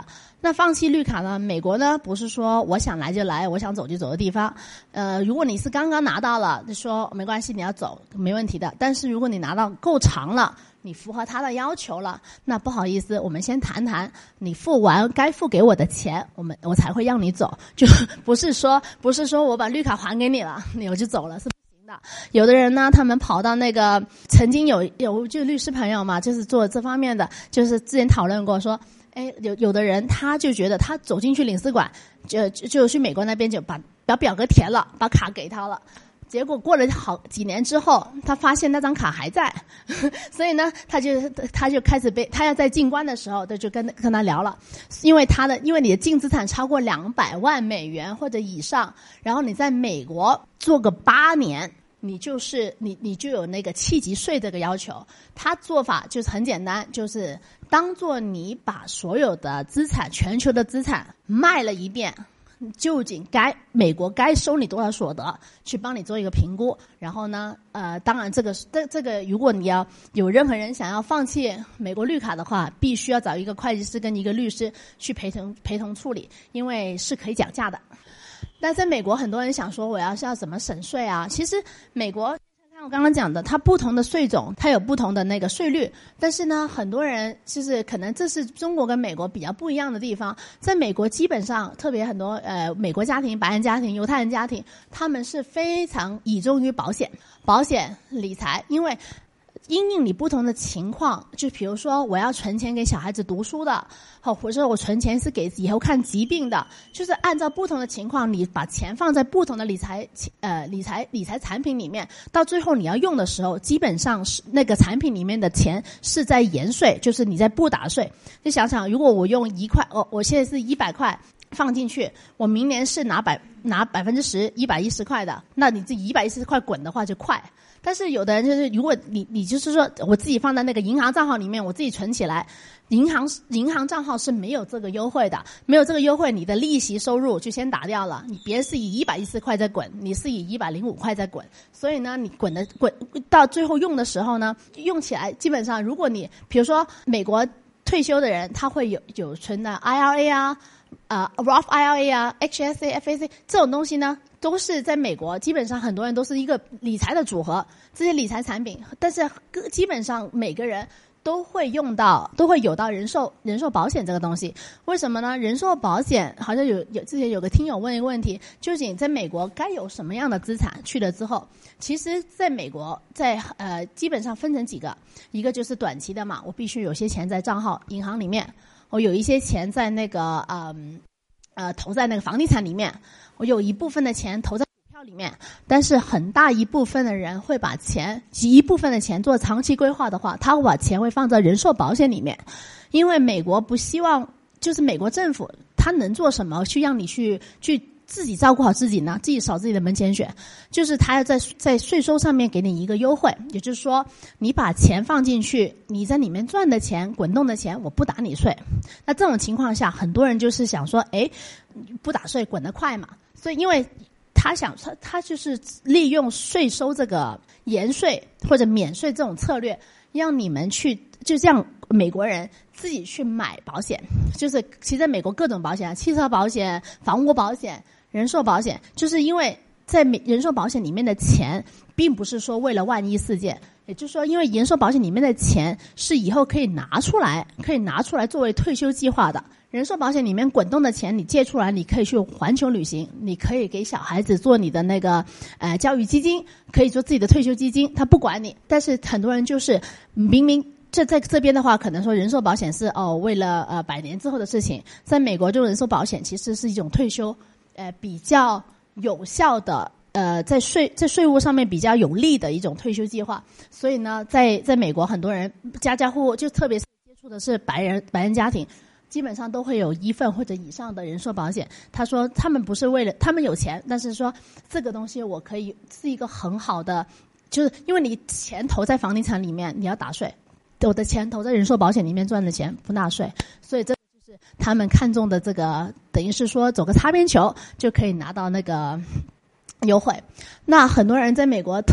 那放弃绿卡呢？美国呢不是说我想来就来，我想走就走的地方。如果你是刚刚拿到了，就说没关系，你要走没问题的。但是如果你拿到够长了，你符合他的要求了，那不好意思，我们先谈谈，你付完该付给我的钱，我才会让你走。就不是说我把绿卡还给你了，我就走了，是不行的。有的人呢，他们跑到那个曾经有就律师朋友嘛，就是做这方面的，就是之前讨论过说。有的人他就觉得他走进去领事馆，就去美国那边就把表格填了，把卡给他了。结果过了好几年之后，他发现那张卡还在，所以呢，他就开始他要在进关的时候，就跟他聊了，因为你的净资产超过200万美元或者以上，然后你在美国做个8年。你就有那个7级税这个要求，他做法就是很简单，就是当做你把所有的资产，全球的资产卖了一遍，究竟美国该收你多少所得，去帮你做一个评估。然后呢，当然这个如果你要有任何人想要放弃美国绿卡的话，必须要找一个会计师跟一个律师去陪同处理，因为是可以讲价的。但在美国，很多人想说我要怎么省税啊？其实美国像我刚刚讲的，它不同的税种，它有不同的那个税率。但是呢，很多人就是可能这是中国跟美国比较不一样的地方。在美国，基本上特别很多美国家庭、白人家庭、犹太人家庭，他们是非常倚重于保险理财，因为因应你不同的情况，就比如说我要存钱给小孩子读书的，或者说我存钱是给以后看疾病的，就是按照不同的情况，你把钱放在不同的理财产品里面，到最后你要用的时候，基本上是那个产品里面的钱是在延税，就是你在不打税。就想想，如果我用1块，我现在是100块放进去，我明年是拿10%，110块的，那你这110块滚的话就快。但是有的人就是，如果你就是说我自己放在那个银行账号里面，我自己存起来，银行账号是没有这个优惠的，没有这个优惠，你的利息收入就先打掉了。你别人是以114块在滚，你是以105块在滚，所以呢，你滚到最后用的时候呢，用起来基本上，如果你比如说美国退休的人，他会有存的 IRA 啊。Roth IRA 啊 HSA FSA 这种东西呢，都是在美国基本上很多人都是一个理财的组合，这些理财产品，但是基本上每个人都会有到人寿保险这个东西。为什么呢？人寿保险好像之前有个听友问一个问题，究竟在美国该有什么样的资产？去了之后，其实在美国基本上分成几个，一个就是短期的嘛，我必须有些钱在账号银行里面，我有一些钱在那个投在那个房地产里面，我有一部分的钱投在股票里面。但是很大一部分的人会把一部分的钱做长期规划的话，他会把钱会放在人寿保险里面，因为美国不希望，就是美国政府他能做什么去让你去自己照顾好自己呢？自己扫自己的门前雪，就是他要在税收上面给你一个优惠，也就是说，你把钱放进去，你在里面赚的钱、滚动的钱，我不打你税。那这种情况下，很多人就是想说，不打税滚得快嘛。所以，因为他就是利用税收这个延税或者免税这种策略，让你们就让美国人自己去买保险。就是其实在美国各种保险，汽车保险、房屋保险、人寿保险，就是因为在人寿保险里面的钱并不是说为了万一事件，也就是说因为人寿保险里面的钱是以后可以拿出来作为退休计划的。人寿保险里面滚动的钱你借出来，你可以去环球旅行，你可以给小孩子做你的那个教育基金，可以做自己的退休基金，他不管你。但是很多人就是明明在这边的话，可能说人寿保险是为了100年之后的事情，在美国这种人寿保险其实是一种退休比较有效的在税务上面比较有利的一种退休计划。所以呢，在美国很多人家户户就特别是接触的是白人家庭，基本上都会有1份或者以上的人寿保险。他说他们不是为了他们有钱，但是说这个东西我可以是一个很好的，就是因为你钱投在房地产里面你要打税，我的钱投在人寿保险里面赚的钱不纳税，所以这就是他们看中的这个，等于是说走个擦边球就可以拿到那个优惠。那很多人在美国，特别是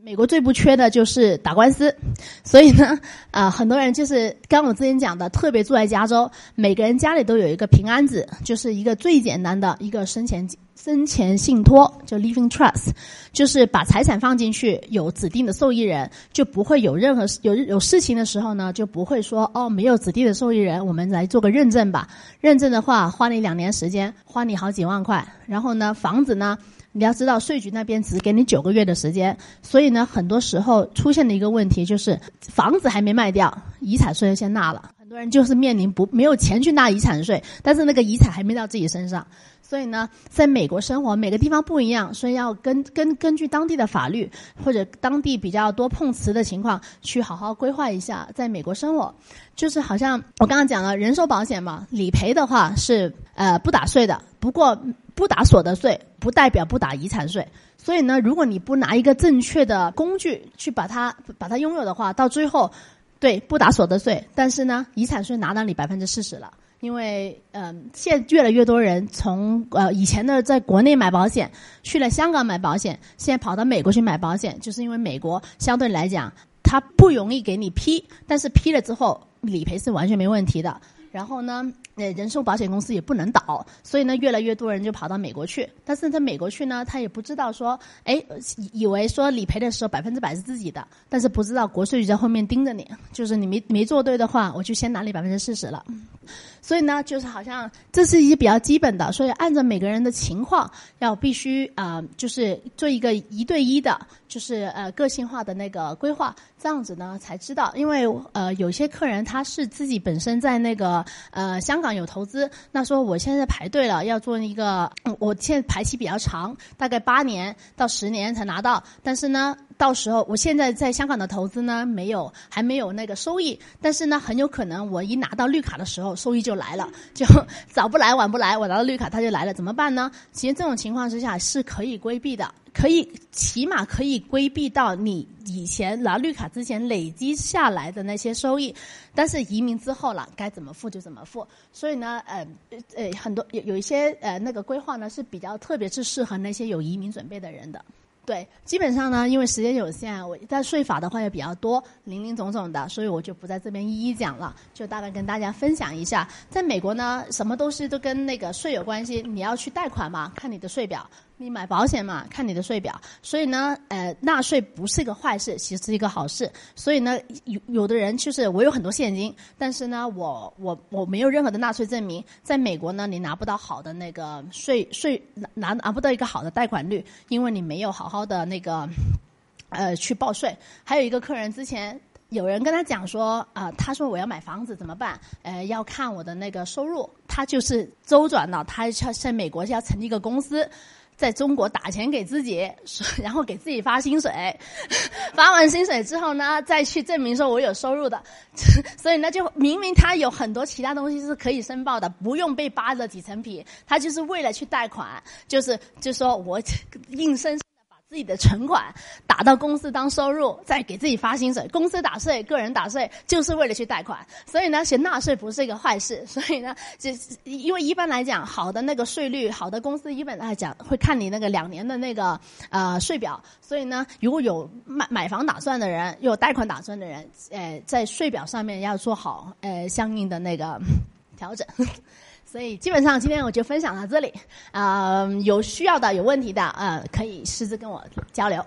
美国最不缺的就是打官司，所以呢，很多人就是刚我之前讲的，特别住在加州，每个人家里都有一个平安纸，就是一个最简单的一个生前信托，就 living trust， 就是把财产放进去，有指定的受益人，就不会有任何有事情的时候呢，就不会说没有指定的受益人，我们来做个认证吧。认证的话，花你2年时间，花你好几万块，然后呢，房子呢。你要知道税局那边只给你9个月的时间，所以呢，很多时候出现的一个问题就是房子还没卖掉，遗产税先纳了，很多人就是面临没有钱去纳遗产税，但是那个遗产还没到自己身上。所以呢，在美国生活每个地方不一样，所以要根据当地的法律或者当地比较多碰瓷的情况去好好规划一下在美国生活。就是好像我刚刚讲了人寿保险嘛，理赔的话是不打税的，不过不打所得税不代表不打遗产税。所以呢，如果你不拿一个正确的工具去把它拥有的话，到最后对不打所得税，但是呢遗产税拿到你40%了。因为现在越来越多人从以前的在国内买保险去了香港买保险，现在跑到美国去买保险，就是因为美国相对来讲它不容易给你批，但是批了之后理赔是完全没问题的。然后呢人寿保险公司也不能倒，所以呢越来越多人就跑到美国去。但是在美国去呢，他也不知道说以为说理赔的时候100%是自己的，但是不知道国税局在后面盯着你，就是你没做对的话，我就先拿你40%了。所以呢，就是好像这是一些比较基本的，所以按照每个人的情况要必须就是做一个1对1的，就是个性化的那个规划，这样子呢才知道。因为有些客人他是自己本身在那个香港有投资，那说我现在排队了要做一个我现在排期比较长，大概8年到10年才拿到，但是呢到时候我现在在香港的投资呢还没有那个收益，但是呢很有可能我一拿到绿卡的时候收益就来了，就早不来晚不来，我拿到绿卡它就来了，怎么办呢？其实这种情况之下是可以规避的，起码可以规避到你以前拿绿卡之前累积下来的那些收益，但是移民之后了该怎么付就怎么付。所以呢很多有一些那个规划呢是比较特别是适合那些有移民准备的人的。对，基本上呢，因为时间有限，我在税法的话也比较多，林林总总的，所以我就不在这边一一讲了，就大概跟大家分享一下。在美国呢，什么都跟那个税有关系，你要去贷款嘛，看你的税表；你买保险嘛，看你的税表。所以呢，纳税不是一个坏事，其实是一个好事。所以呢，有的人就是我有很多现金，但是呢，我没有任何的纳税证明。在美国呢，你拿不到好的那个拿不到一个好的贷款率，因为你没有好好的那个去报税。还有一个客人之前有人跟他讲说他说我要买房子怎么办？要看我的那个收入。他就是周转了，他在美国要成立一个公司，在中国打钱给自己，然后给自己发薪水，发完薪水之后呢，再去证明说我有收入的。所以呢，就明明他有很多其他东西是可以申报的，不用被扒了几层皮，他就是为了去贷款，就说我硬生生自己的存款打到公司当收入，再给自己发薪水，公司打税，个人打税，就是为了去贷款。所以呢，其实纳税不是一个坏事。所以呢，因为一般来讲，好的那个税率，好的公司一般来讲会看你那个2年的那个税表。所以呢，如果有买房打算的人，有贷款打算的人，在税表上面要做好相应的那个调整。所以基本上今天我就分享到这里，有需要的、有问题的，可以私自跟我交流。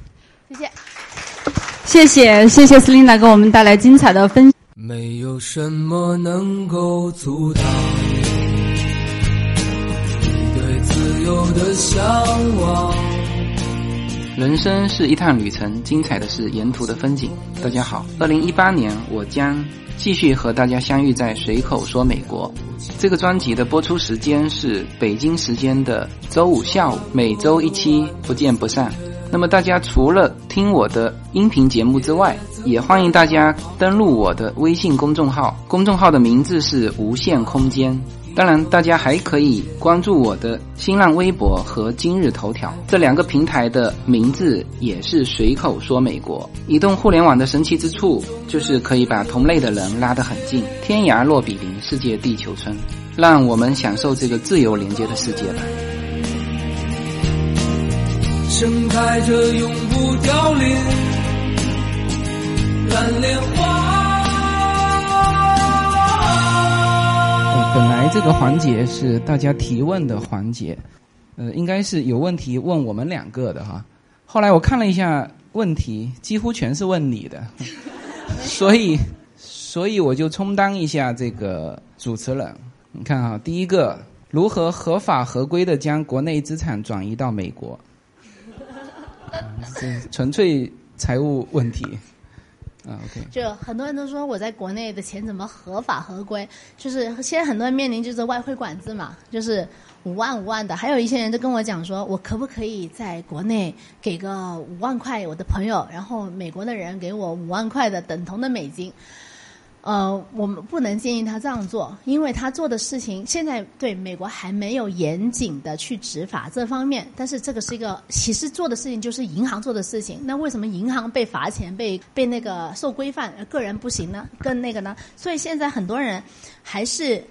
谢谢。 谢谢斯琳达给我们带来精彩的分享。 没有什么能够阻挡你对自由的向往。 人生是一趟旅程，精彩的是沿途的风景。大家好，2018年我将继续和大家相遇在随口说美国。这个专辑的播出时间是北京时间的周五下午，每周1期，不见不散。那么大家除了听我的音频节目之外，也欢迎大家登录我的微信公众号，公众号的名字是无限空间。当然大家还可以关注我的新浪微博和今日头条，这2个平台的名字也是随口说美国。移动互联网的神奇之处就是可以把同类的人拉得很近，天涯若比邻，世界地球村，让我们享受这个自由连接的世界吧。 盛开着永不凋零蓝莲花。 本来这个环节是大家提问的环节，应该是有问题问我们两个的哈。后来我看了一下问题，几乎全是问你的，所以我就充当一下这个主持人。你看哈，第一个，如何合法合规的将国内资产转移到美国？这纯粹财务问题。OK， 就很多人都说我在国内的钱怎么合法合规，就是现在很多人面临就是外汇管制嘛，就是5万的，还有一些人就跟我讲说，我可不可以在国内给个5万块我的朋友，然后美国的人给我5万块的等同的美金。我们不能建议他这样做，因为他做的事情现在对美国还没有严谨的去执法这方面，但是这个是一个其实做的事情就是银行做的事情。那为什么银行被罚钱被那个受规范，个人不行呢？跟那个呢？所以现在很多人还是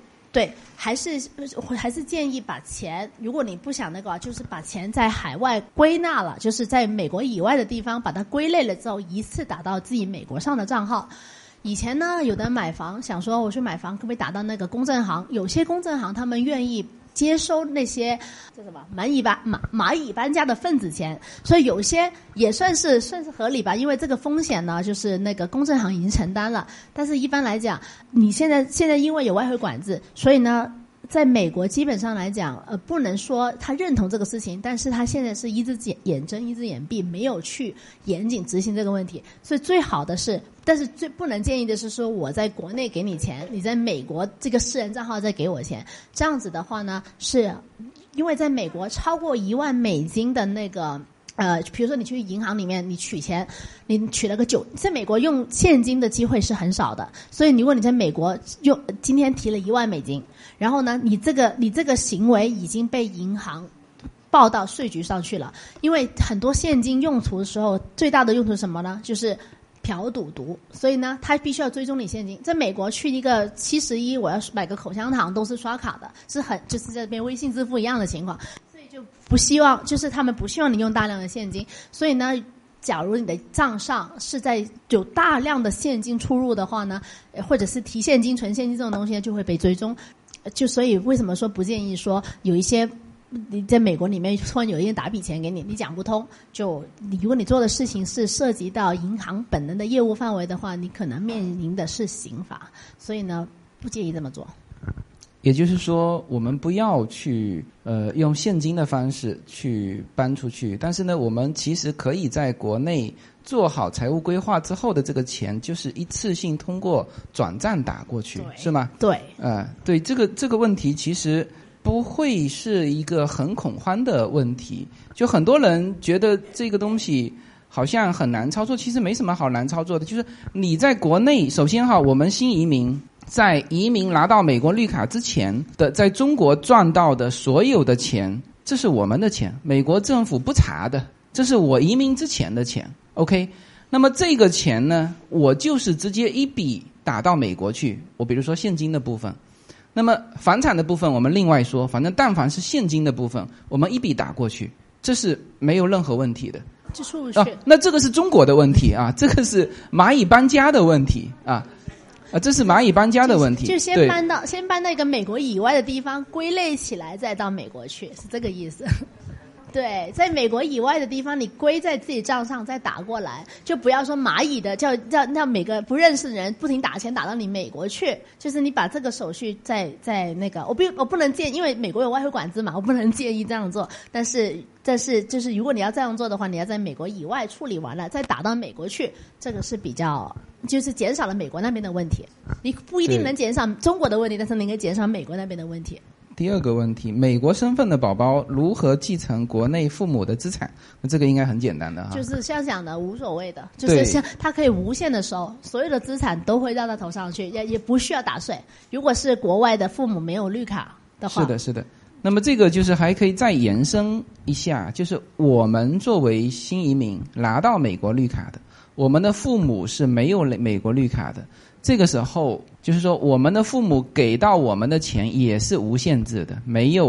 建议把钱，如果你不想那个，就是把钱在海外归纳了，就是在美国以外的地方把它归类了之后，一次打到自己美国上的账号。以前呢，有的买房想说我去买房可不可以打到那个公证行，有些公证行他们愿意接收那些这什么蚂蚁搬家的份子钱，所以有些也算是合理吧，因为这个风险呢就是那个公证行已经承担了。但是一般来讲，你现在因为有外汇管制，所以呢在美国基本上来讲不能说他认同这个事情，但是他现在是一只眼睁一只眼闭，没有去严谨执行这个问题。所以最好的是，但是最不能建议的是说我在国内给你钱，你在美国这个私人账号再给我钱，这样子的话呢，是因为在美国超过1万美金的那个比如说你去银行里面你取钱，你取了个在美国用现金的机会是很少的，所以如果你在美国今天提了1万美金，然后呢你这个行为已经被银行报到税局上去了。因为很多现金用途的时候最大的用途是什么呢？就是嫖赌毒，所以呢他必须要追踪你现金。在美国去一个71我要买个口香糖都是刷卡的，就是在这边微信支付一样的情况，所以就不希望，就是他们不希望你用大量的现金。所以呢假如你的账上是在有大量的现金出入的话呢，或者是提现金存现金这种东西就会被追踪。就所以为什么说不建议说有一些你在美国里面突然有一人打笔钱给你，你讲不通，如果你做的事情是涉及到银行本人的业务范围的话，你可能面临的是刑罚，所以呢不建议这么做。 也就是说我们不要去用现金的方式去搬出去，但是呢我们其实可以在国内做好财务规划之后的这个钱就是一次性通过转账打过去，是吗？ 对， 对，这个问题其实不会是一个很恐慌的问题。就很多人觉得这个东西好像很难操作，其实没什么好难操作的。就是你在国内，首先我们新移民在移民拿到美国绿卡之前的在中国赚到的所有的钱，这是我们的钱，美国政府不查的，这是我移民之前的钱。 OK， 那么这个钱呢，我就是直接一笔打到美国去，我比如说现金的部分，那么房产的部分我们另外说，反正但凡是现金的部分我们一笔打过去，这是没有任何问题的。 这出不去那这个是中国的问题啊，这个是蚂蚁搬家的问题啊，这是蚂蚁搬家的问题， 就先搬到一个美国以外的地方归类起来，再到美国去，是这个意思。对，在美国以外的地方你归在自己账上再打过来，就不要说蚂蚁的叫每个不认识的人不停打钱打到你美国去，就是你把这个手续在那个我不能建议，因为美国有外汇管制嘛，我不能建议这样做，但是就是如果你要这样做的话，你要在美国以外处理完了再打到美国去，这个是比较就是减少了美国那边的问题。你不一定能减少中国的问题，但是你可以减少美国那边的问题。 第二个问题，美国身份的宝宝如何继承国内父母的资产？那这个应该很简单的哈，就是像讲的无所谓的，就是像他可以无限的收，所有的资产都会绕到头上去，也不需要打税。如果是国外的父母没有绿卡的话， 是的。那么这个就是还可以再延伸一下，就是我们作为新移民拿到美国绿卡的，我们的父母是没有美国绿卡的，这个时候就是说我们的父母给到我们的钱也是无限制的，没有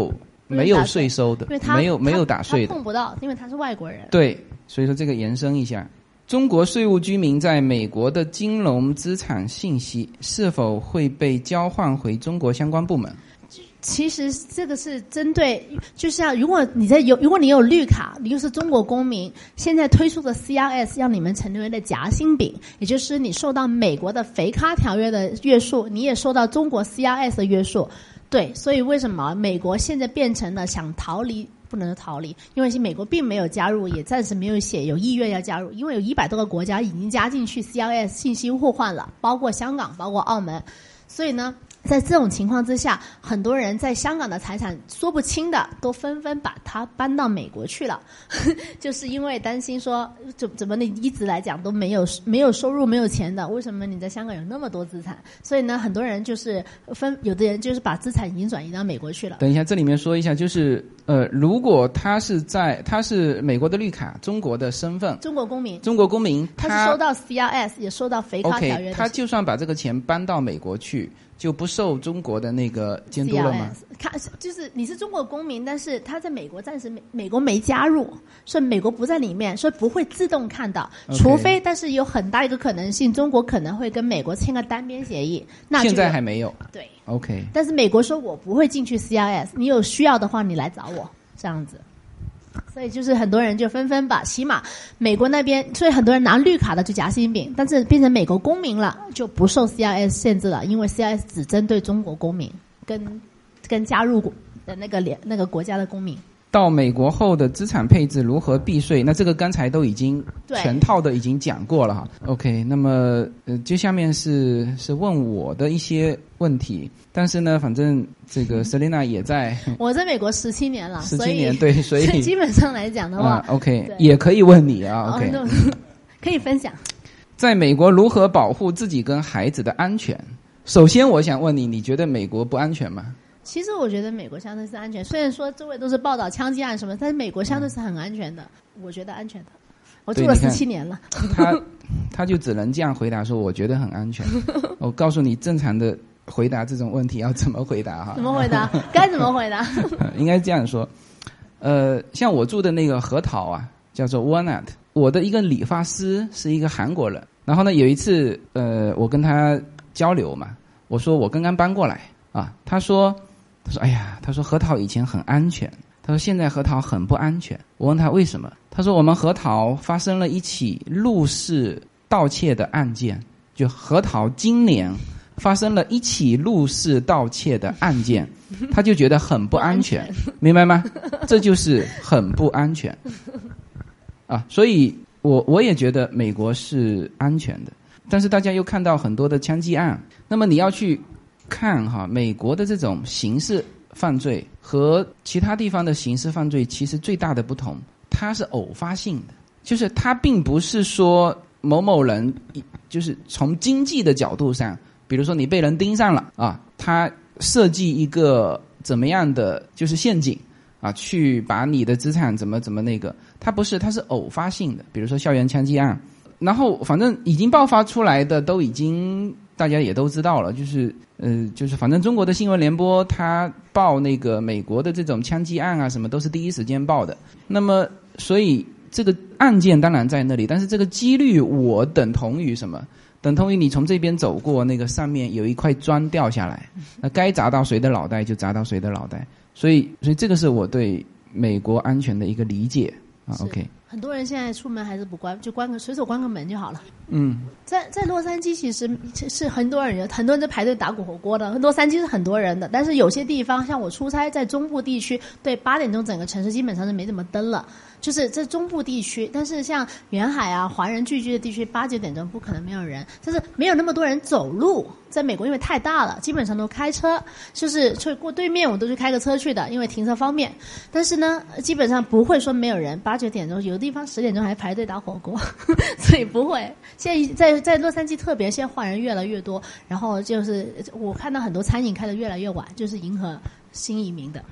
没有税收的， 因为他没有打税的， 他碰不到，因为他是外国人。 对，所以说这个延伸一下，中国税务居民在美国的金融资产信息是否会被交换回中国相关部门？ 其实这个是针对，就像如果你有绿卡，你又是中国公民，现在推出的 CRS 让你们成为了夹心饼，也就是你受到美国的肥咖条约的约束，你也受到中国 CRS 的约束。对，所以为什么美国现在变成了想逃离？不能逃离，因为美国并没有加入，也暂时没有写有意愿要加入，因为有100多个国家已经加进去 CRS 信息互换了，包括香港，包括澳门。所以呢，在这种情况之下，很多人在香港的财产说不清的，都纷纷把它搬到美国去了，就是因为担心说，怎么你一直来讲都没有收入、没有钱的，为什么你在香港有那么多资产？所以呢，很多人就是有的人就是把资产已经转移到美国去了。 等一下，这里面说一下，就是如果他是美国的绿卡，中国的身份， 中国公民，他是收到 CRS 也收到肥咖条约的。 他就算把这个钱搬到美国去，就不受中国的那个监督了吗？ 就是你是中国公民，但是他在美国暂时美国没加入，所以美国不在里面，所以不会自动看到，除非，但是有很大一个可能性，中国可能会跟美国签个单边协议。那现在还没有。 对。 OK。 但是美国说我不会进去 CRS， 你有需要的话你来找我，这样子。所以就是很多人就纷纷把起码美国那边，所以很多人拿绿卡的就夹心饼，但是变成美国公民了就不受 CRS 限制了，因为 CRS 只针对中国公民跟加入的那个国家的公民。 到美国后的资产配置如何避税？那这个刚才都已经全套的已经讲过了哈。OK， 那么接下面是问我的一些问题，但是呢，反正这个 Selina 也在， 我在美国17年了 ，17年，对，所以基本上来讲的话 ，OK， 也可以问你啊 ，OK， 可以分享。 在美国如何保护自己跟孩子的安全？首先，我想问你，你觉得美国不安全吗？ 其实我觉得美国相对是安全，虽然说周围都是报道枪击案什么，但是美国相对是很安全的，我觉得安全的。我住了17年了。 他就只能这样回答说，我觉得很安全。我告诉你，正常的回答这种问题要怎么回答哈？ 怎么回答？该怎么回答？ 应该这样说。像我住的那个核桃啊，叫做 Walnut， 我的一个理发师是一个韩国人。然后呢，有一次我跟他交流嘛，我说我刚刚搬过来啊，他说哎呀，他说核桃以前很安全，他说现在核桃很不安全。我问他为什么，他说我们核桃发生了一起入室盗窃的案件，就核桃今年发生了一起入室盗窃的案件，他就觉得很不安全，明白吗？这就是很不安全啊！所以我也觉得美国是安全的，但是大家又看到很多的枪击案，那么你要去看哈，美国的这种刑事犯罪和其他地方的刑事犯罪其实最大的不同，它是偶发性的，就是它并不是说某某人就是从经济的角度上，比如说你被人盯上了啊，他设计一个怎么样的就是陷阱啊，去把你的资产怎么那个，它不是，它是偶发性的，比如说校园枪击案，然后反正已经爆发出来的都已经大家也都知道了，就是反正中国的新闻联播它报那个美国的这种枪击案啊什么都是第一时间报的，那么所以这个案件当然在那里，但是这个几率我等同于什么？等同于你从这边走过，那个上面有一块砖掉下来，那该砸到谁的脑袋就砸到谁的脑袋，所以这个是我对美国安全的一个理解啊。OK， 很多人现在出门还是不关，就随手关个门就好了。在洛杉矶其实是很多人在排队打火锅的，洛杉矶是很多人的，但是有些地方像我出差在中部地区，对8点钟整个城市基本上是没怎么灯了。就是这中部地区，但是像沿海啊华人聚居的地区，8、9点钟不可能没有人，但是没有那么多人走路。在美国因为太大了，基本上都开车，就是去过对面我都是开个车去的，因为停车方便。但是呢，基本上不会说没有人，8、9点钟有的地方10点钟还排队打火锅，所以不会。现在在洛杉矶特别，现在华人越来越多，然后就是我看到很多餐饮开得越来越晚，就是迎合新移民的。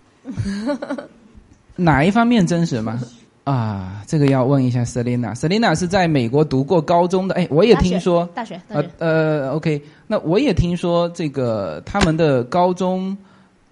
哪一方面真实吗？啊，这个要问一下 Selina。Selina 是在美国读过高中的，我也听说大学 OK， 那我也听说这个他们的高中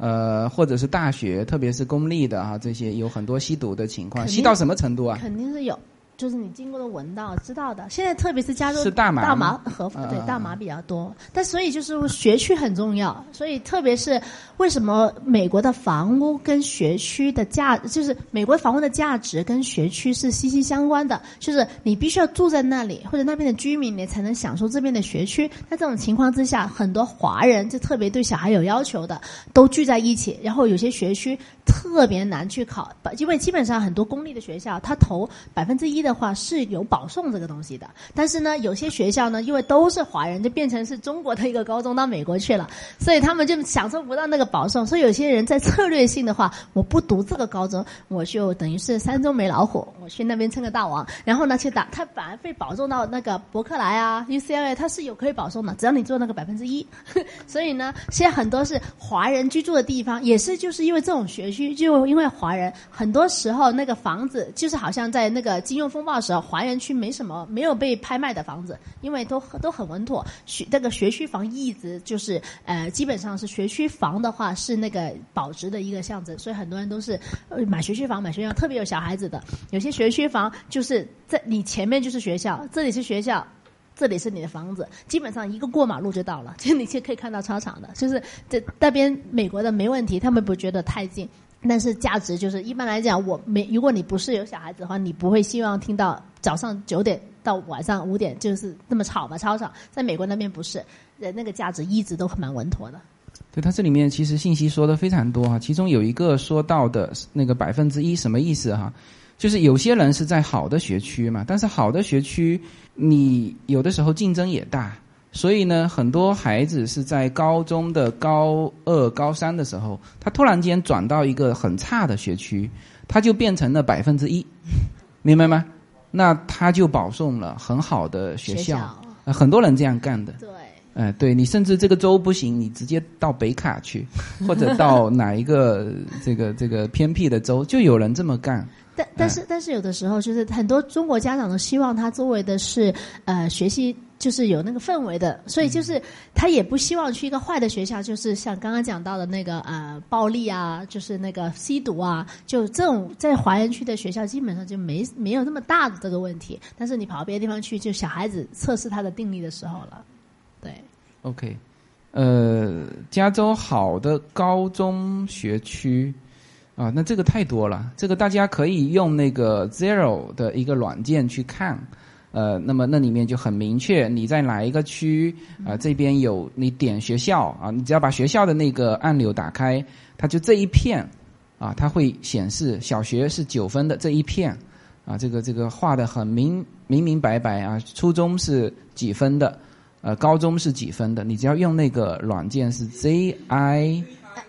或者是大学，特别是公立的啊，这些有很多吸毒的情况，吸到什么程度啊？ 肯定是有。就是你经过的闻到知道的，现在特别是加州是大麻合法，对大麻比较多，但所以就是学区很重要，所以特别是为什么美国的房屋跟学区的就是美国房屋的价值跟学区是息息相关的，就是你必须要住在那里或者那边的居民，你才能享受这边的学区。在这种情况之下，很多华人就特别对小孩有要求的都聚在一起，然后有些学区特别难去考，因为基本上很多公立的学校它投1%的话是有保送这个东西的，但是呢有些学校呢因为都是华人，就变成是中国的一个高中到美国去了，所以他们就享受不到那个保送，所以有些人在策略性的话，我不读这个高中，我就等于是山中没老虎，我去那边称个大王，然后呢去打，他反而被保送到那个伯克莱啊 UCLA， 他是有可以保送的，只要你做那个1%。所以呢现在很多是华人居住的地方，也是就是因为这种学区，就因为华人很多时候那个房子就是好像在那个金融风暴的时候，华人区没有被拍卖的房子，因为都很稳妥，这个学区房一直就是基本上是学区房的话是那个保值的一个象征，所以很多人都是买学区房，特别有小孩子的，有些学区房就是在你前面就是学校，这里是学校，这里是你的房子，基本上一个过马路就到了，就你可以看到操场的，就是这那边美国的没问题，他们不觉得太近。但是价值就是一般来讲，如果你不是有小孩子的话，你不会希望听到早上9点到晚上5点就是那么吵吧，操场在美国那边不是，那个价值一直都蛮稳妥的。 对，它这里面其实信息说的非常多哈，其中有一个说到的那个1%什么意思哈？就是有些人是在好的学区嘛，但是好的学区你有的时候竞争也大。所以呢，很多孩子是在高中的高2、高3的时候，他突然间转到一个很差的学区，他就变成了1%，明白吗？那他就保送了很好的学校，很多人这样干的。 对， 对，你甚至这个州不行，你直接到北卡去，或者到哪一个这个偏僻的州，就有人这么干。 但是有的时候就是很多中国家长都希望他周围的是学习就是有那个氛围的，所以就是他也不希望去一个坏的学校，就是像刚刚讲到的那个暴力啊，就是那个吸毒啊，就这种在华人区的学校基本上就没有那么大的这个问题，但是你跑到别的地方去，就小孩子测试他的定力的时候了。对 OK， 加州好的高中学区啊，那这个太多了，这个大家可以用那个 Zero 的一个软件去看，那么那里面就很明确你在哪一个区这边有你点学校啊，你只要把学校的那个按钮打开，它就这一片啊，它会显示小学是9分的这一片啊，这个画得很明白白啊，初中是几分的，高中是几分的，你只要用那个软件是 ZILLOW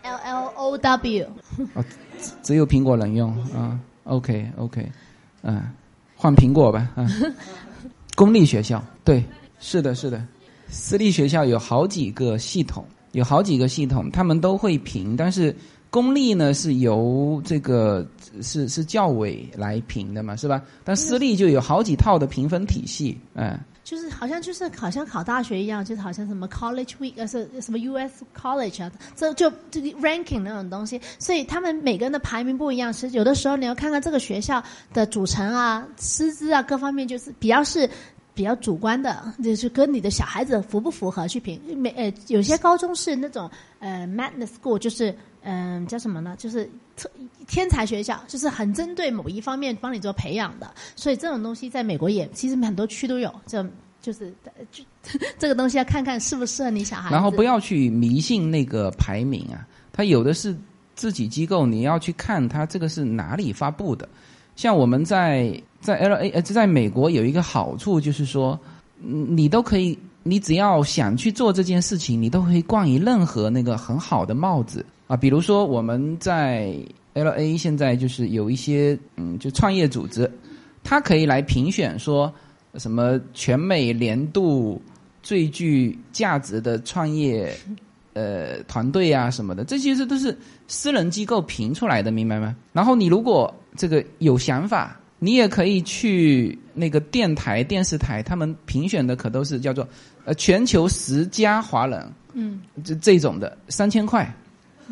只有苹果能用啊 ，OK， 换苹果吧啊。公立学校，对，是的，私立学校有好几个系统，他们都会评，但是公立呢是由这个是教委来评的嘛，是吧？但私立就有好几套的评分体系， 就是好像考大学一样，就是好像什么 College Week 是什么 US College 啊，这就 ranking 那种东西，所以他们每个人的排名不一样。其实有的时候你要看看这个学校的组成啊、师资啊各方面，就是比较主观的，就是跟你的小孩子符不符合去评。有些高中是那种magnet school， 就是叫什么呢？就是天才学校，就是很针对某一方面帮你做培养的。所以这种东西在美国也其实很多区都有，就是这个东西要看看适不适合你小孩子。 然后不要去迷信那个排名啊，它有的是自己机构，你要去看它这个是哪里发布的。像我们在 LA 在美国有一个好处就是说，你都可以，你只要想去做这件事情，你都可以冠以任何那个很好的帽子啊。比如说我们在 LA 现在就是有一些就创业组织，它可以来评选说什么全美年度最具价值的创业团队啊什么的，这些都是私人机构评出来的，明白吗？然后你如果这个有想法，你也可以去那个电视台，他们评选的可都是叫做全球10佳华人，这种的3000块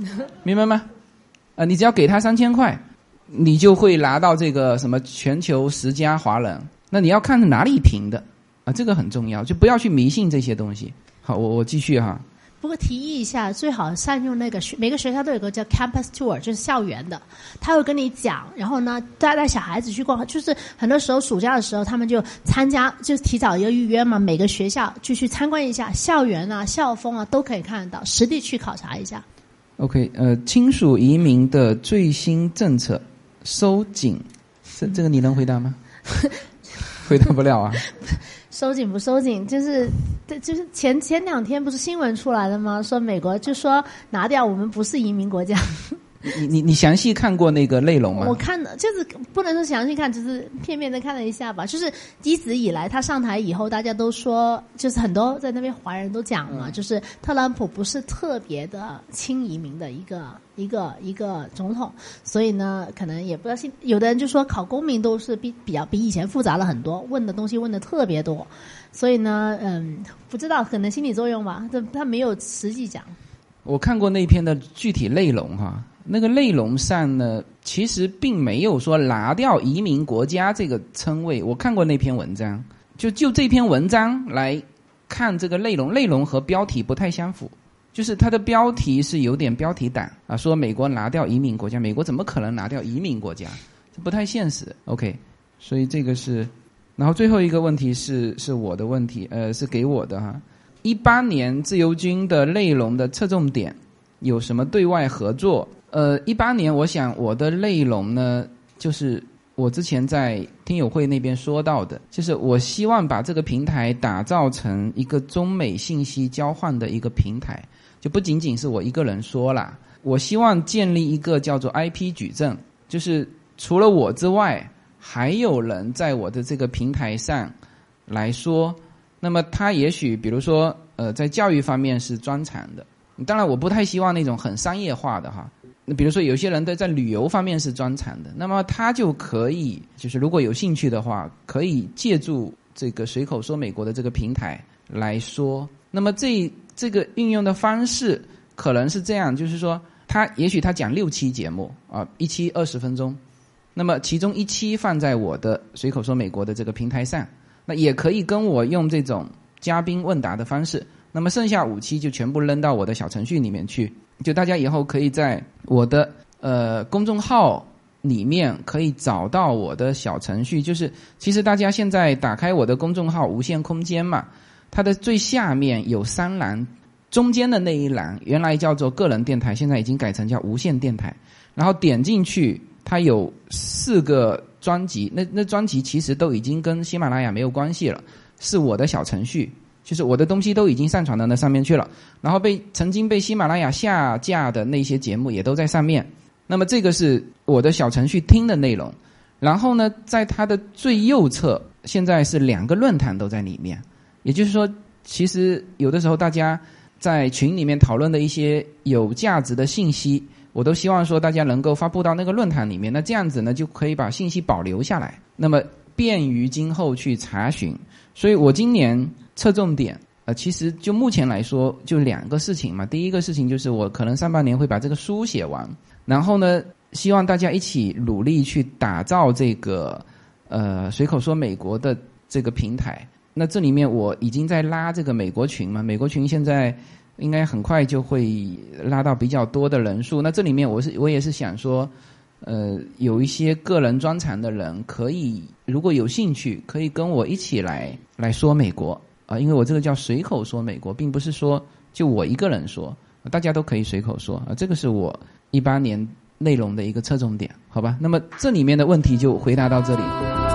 明白吗？你只要给他3000块，你就会拿到这个什么全球10佳华人。那你要看哪里评的啊，这个很重要，就不要去迷信这些东西。好，我继续哈。 不过提议一下，最好善用那个每个学校都有个叫 campus tour， 就是校园的，他会跟你讲，然后呢带小孩子去逛，就是很多时候暑假的时候他们就参加，就是提早一个预约嘛，每个学校就去参观一下校园啊、校风啊都可以看得到，实地去考察一下。 OK， 亲属移民的最新政策收紧，这个你能回答吗？回答不了啊。 收紧不收紧，就是前2天不是新闻出来了吗？说美国就说拿掉我们不是移民国家。 你详细看过那个内容吗？ 我看的就是不能说详细看，只是片面的看了一下吧。就是一直以来他上台以后，大家都说，就是很多在那边华人都讲嘛，就是特朗普不是特别的亲移民的一个总统，所以呢，可能也不知道有的人就说考公民都是比以前复杂了很多，问的东西问的特别多，所以呢，不知道可能心理作用吧，他没有实际讲。 我看过那篇的具体内容哈。那个内容上呢，其实并没有说拿掉移民国家这个称谓。我看过那篇文章，就这篇文章来看这个内容和标题不太相符，就是它的标题是有点标题党啊，说美国拿掉移民国家，美国怎么可能拿掉移民国家？这不太现实。OK， 所以这个是，然后最后一个问题是我的问题，是给我的哈。18年自由军的内容的侧重点有什么对外合作？18年我想我的内容呢，就是我之前在听友会那边说到的，就是我希望把这个平台打造成一个中美信息交换的一个平台，就不仅仅是我一个人说啦，我希望建立一个叫做 IP 矩阵，就是除了我之外还有人在我的这个平台上来说，那么他也许比如说在教育方面是专长的，当然我不太希望那种很商业化的哈。比如说有些人在旅游方面是专长的，那么他就可以就是如果有兴趣的话，可以借助这个随口说美国的这个平台来说。那么这个运用的方式可能是这样，就是说也许他讲6期节目啊，一期20分钟，那么其中1期放在我的随口说美国的这个平台上，那也可以跟我用这种嘉宾问答的方式，那么剩下5期就全部扔到我的小程序里面去，就大家以后可以在我的公众号里面可以找到我的小程序，就是其实大家现在打开我的公众号无限空间嘛，它的最下面有3栏，中间的那一栏原来叫做个人电台，现在已经改成叫无线电台，然后点进去它有4个专辑，那专辑其实都已经跟喜马拉雅没有关系了，是我的小程序，就是我的东西都已经上传到那上面去了，然后曾经被喜马拉雅下架的那些节目也都在上面，那么这个是我的小程序听的内容。然后呢，在它的最右侧现在是2个论坛都在里面，也就是说其实有的时候大家在群里面讨论的一些有价值的信息，我都希望说大家能够发布到那个论坛里面，那这样子呢就可以把信息保留下来，那么便于今后去查询。所以我今年侧重点其实就目前来说就2个事情嘛。第一个事情就是我可能上半年会把这个书写完，然后呢希望大家一起努力去打造这个随口说美国的这个平台。那这里面我已经在拉这个美国群嘛，美国群现在应该很快就会拉到比较多的人数。那这里面我也是想说有一些个人专长的人可以如果有兴趣可以跟我一起来说美国因为我这个叫随口说美国，并不是说就我一个人说，大家都可以随口说这个是我18年内容的一个侧重点，好吧？那么这里面的问题就回答到这里。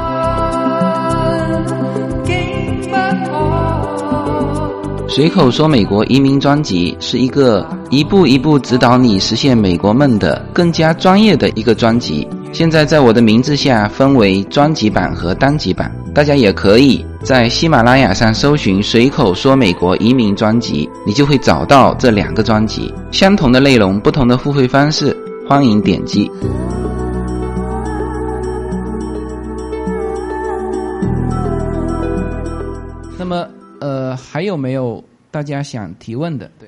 随口说美国移民专辑是一个一步一步指导你实现美国梦的更加专业的一个专辑，现在在我的名字下分为专辑版和单集版，大家也可以在喜马拉雅上搜寻随口说美国移民专辑，你就会找到这2个专辑，相同的内容不同的付费方式，欢迎点击。 那么还有没有大家想提问的？对，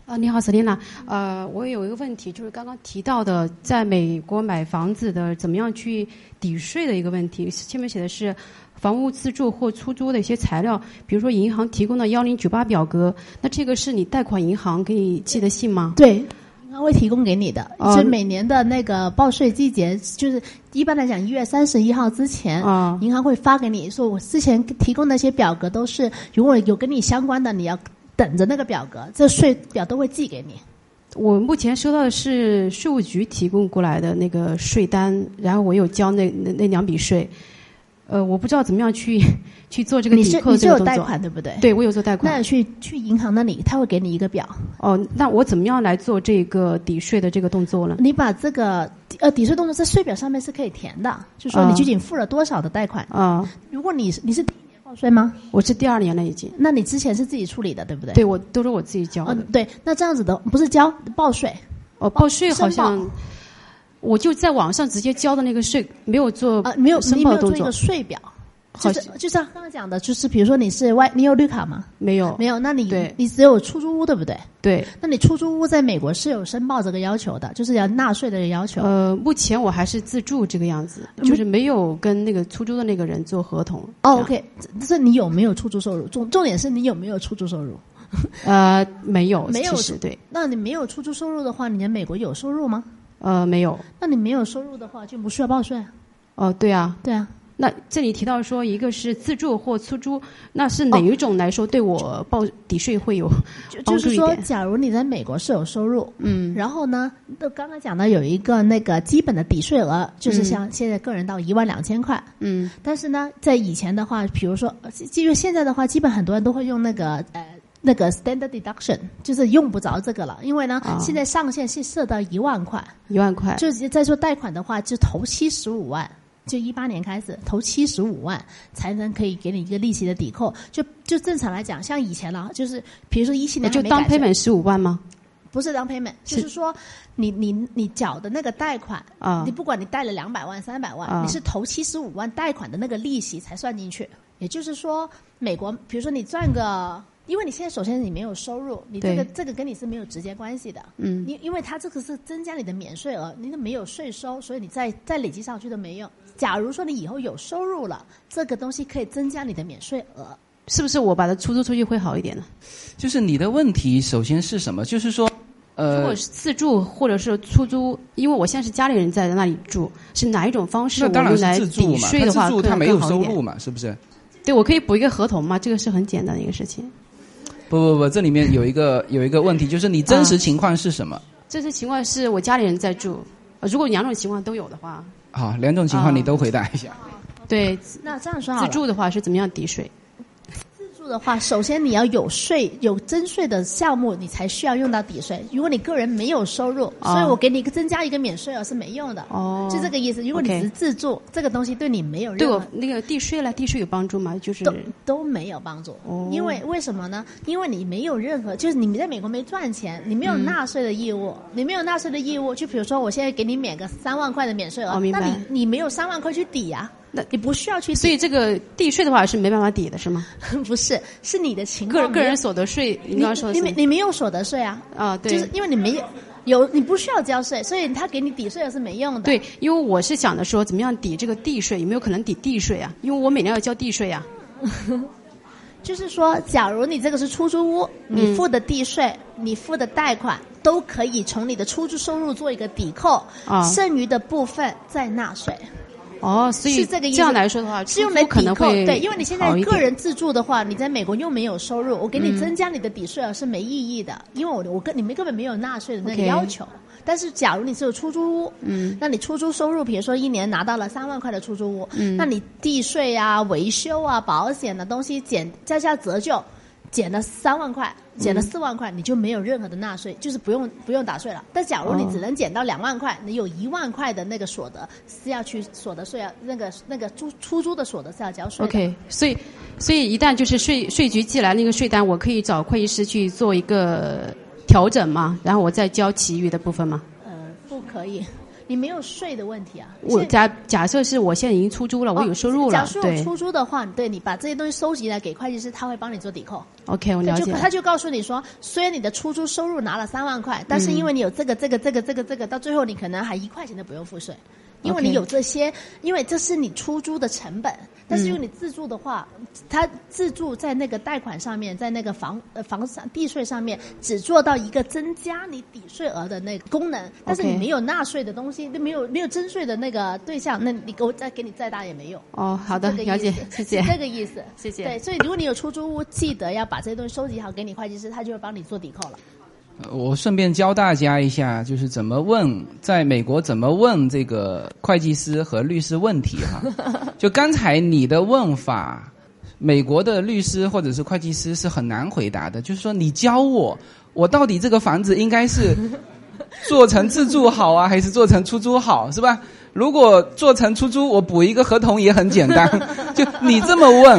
你好 Selina， 我有一个问题，就是刚刚提到的在美国买房子的怎么样去抵税的一个问题，前面写的是房屋自住或出租的一些材料，比如说银行提供的1098表格，那这个是你贷款银行给你寄的信吗？ 对，银行会提供给你的，是每年的那个报税季节，就是一般来讲1月31号之前，银行会发给你，说我之前提供那些表格都是，如果有跟你相关的，你要等着那个表格，这税表都会寄给你。 我目前收到的是税务局提供过来的那个税单，然后我有交那2笔税。我不知道怎么样去做这个抵扣这个动作。你是有贷款对不对？ 对，我有做贷款。 那去银行那里，他会给你一个表。 那我怎么样来做这个抵税的这个动作呢？ 你把这个抵税动作在税表上面是可以填的，就是说你究竟付了多少的贷款。如果你是第一年报税吗？ 我是第2年了已经。 那你之前是自己处理的对不对？ 对，我都是我自己交的。 对，那这样子的不是交报税。 报税好像。我就在网上直接交的那个税，没有做没有申报动作。 你没有做一个税表，就像刚刚讲的，就是比如说你有绿卡吗？ 没有， 那你只有出租屋对不对？ 对。 那你出租屋在美国是有申报这个要求的，就是要纳税的要求。 目前我还是自住这个样子，就是没有跟那个出租的那个人做合同。 OK， 这你有没有出租收入？重点是你有没有出租收入？ 没有， 没有。 对。 那你没有出租收入的话，你在美国有收入吗？ 没有。那你没有收入的话，就不需要报税。 对啊。 对啊。 那这里提到说，一个是自住或出租，那是哪一种来说对我报抵税会有帮助一点？ 就是说，假如你在美国是有收入，然后呢，刚刚讲到有一个那个基本的抵税额，就是像现在个人到12000块，但是呢，在以前的话，比如说，就是现在的话，基本很多人都会用那个standard deduction， 就是用不着这个了，因为呢，现在上限是设到1万块 ，1万块， 就是在做贷款的话，就投75万，就18年开始投75万，才能可以给你一个利息的抵扣。就正常来讲，像以前了，就是比如说17年就当 payment 15万吗？ 不是当 payment， 就是说你缴的那个贷款，你不管你贷了200万、300万，你是投75万贷款的那个利息才算进去。也就是说，美国比如说你赚个。因为你现在首先你没有收入，你这个跟你是没有直接关系的。因为它这个是增加你的免税额，你都没有税收，所以你再累积上去都没用。假如说你以后有收入了，这个东西可以增加你的免税额。 是不是我把它出租出去会好一点呢？ 就是你的问题首先是什么？就是说， 如果是自住或者是出租，因为我现在是家里人在那里住，是哪一种方式我们来抵税的话， 自住他没有收入嘛，是不是？ 对，我可以补一个合同嘛，这个是很简单的一个事情。 不，这里面有一个问题，就是你真实情况是什么？ 真实情况是我家里人在住，如果2种情况都有的话， 好，2种情况你都回答一下。 对， 那这样说好了， 自住的话是怎么样抵税？ 的话，首先你要有征税的项目，你才需要用到抵税。如果你个人没有收入，所以我给你增加一个免税额是没用的。就这个意思。如果你只是自住，这个东西对你没有任何。 对我那个地税有帮助吗？就是都没有帮助。因为什么呢？因为你没有任何，就是你在美国没赚钱，你没有纳税的义务，就比如说我现在给你免个3万块的免税额，那你没有3万块去抵啊。那你不需要去抵， 所以这个地税的话是没办法抵的，是吗？ 不是，是你的情况。 个人所得税，你刚刚说的是你没有所得税啊？ 对， 就是因为你没有你不需要交税，所以他给你抵税额是没用的。 对，因为我是想的说，怎么样抵这个地税？有没有可能抵地税啊？因为我每年要交地税啊。 就是说，假如你这个是出租屋，你付的地税、你付的贷款都可以从你的出租收入做一个抵扣，剩余的部分再纳税。 所以是这个意思。 这样来说的话， 是用来可能会对，因为你现在个人自住的话，你在美国又没有收入，我给你增加你的抵税额是没意义的，因为你们根本没有纳税的那个要求。但是假如你是有出租屋，那你出租收入，比如说1年拿到了3万块的出租屋，那你地税啊、维修啊、保险的东西加下折旧，减了3万块，减了4万块，你就没有任何的纳税，就是不用打税了。但假如你只能减到2万块，你有1万块的那个所得是要去所得税啊，那个出租的所得是要交税的。 OK， 所以一旦就是税局寄来那个税单，我可以找会计师去做一个调整嘛，然后我再交其余的部分吗？ 不可以。 你没有税的问题啊。 我假设是我现在已经出租了，我有收入了。 假设有出租的话，对，你把这些东西收集来给会计师，他会帮你做抵扣。 OK， 我了解。 他就告诉你说，虽然你的出租收入拿了3万块，但是因为你有这个，到最后你可能还1块钱都不用付税。因为你有这些，因为这是你出租的成本，但是因为你自住的话，它自住在那个贷款上面，在那个房地税上面，只做到一个增加你抵税额的那个功能，但是你没有纳税的东西，没有征税的那个对象，那你给你再大也没用。 哦，好的，了解，谢谢。 这个意思， 谢谢。 对，所以如果你有出租屋，记得要把这些东西收集好，给你会计师，他就会帮你做抵扣了。 我顺便教大家一下，就是怎么问，在美国怎么问这个会计师和律师问题哈。就刚才你的问法，美国的律师或者是会计师是很难回答的。就是说，你教我到底这个房子应该是做成自住好啊，还是做成出租好，是吧？如果做成出租，我补一个合同也很简单。就你这么问。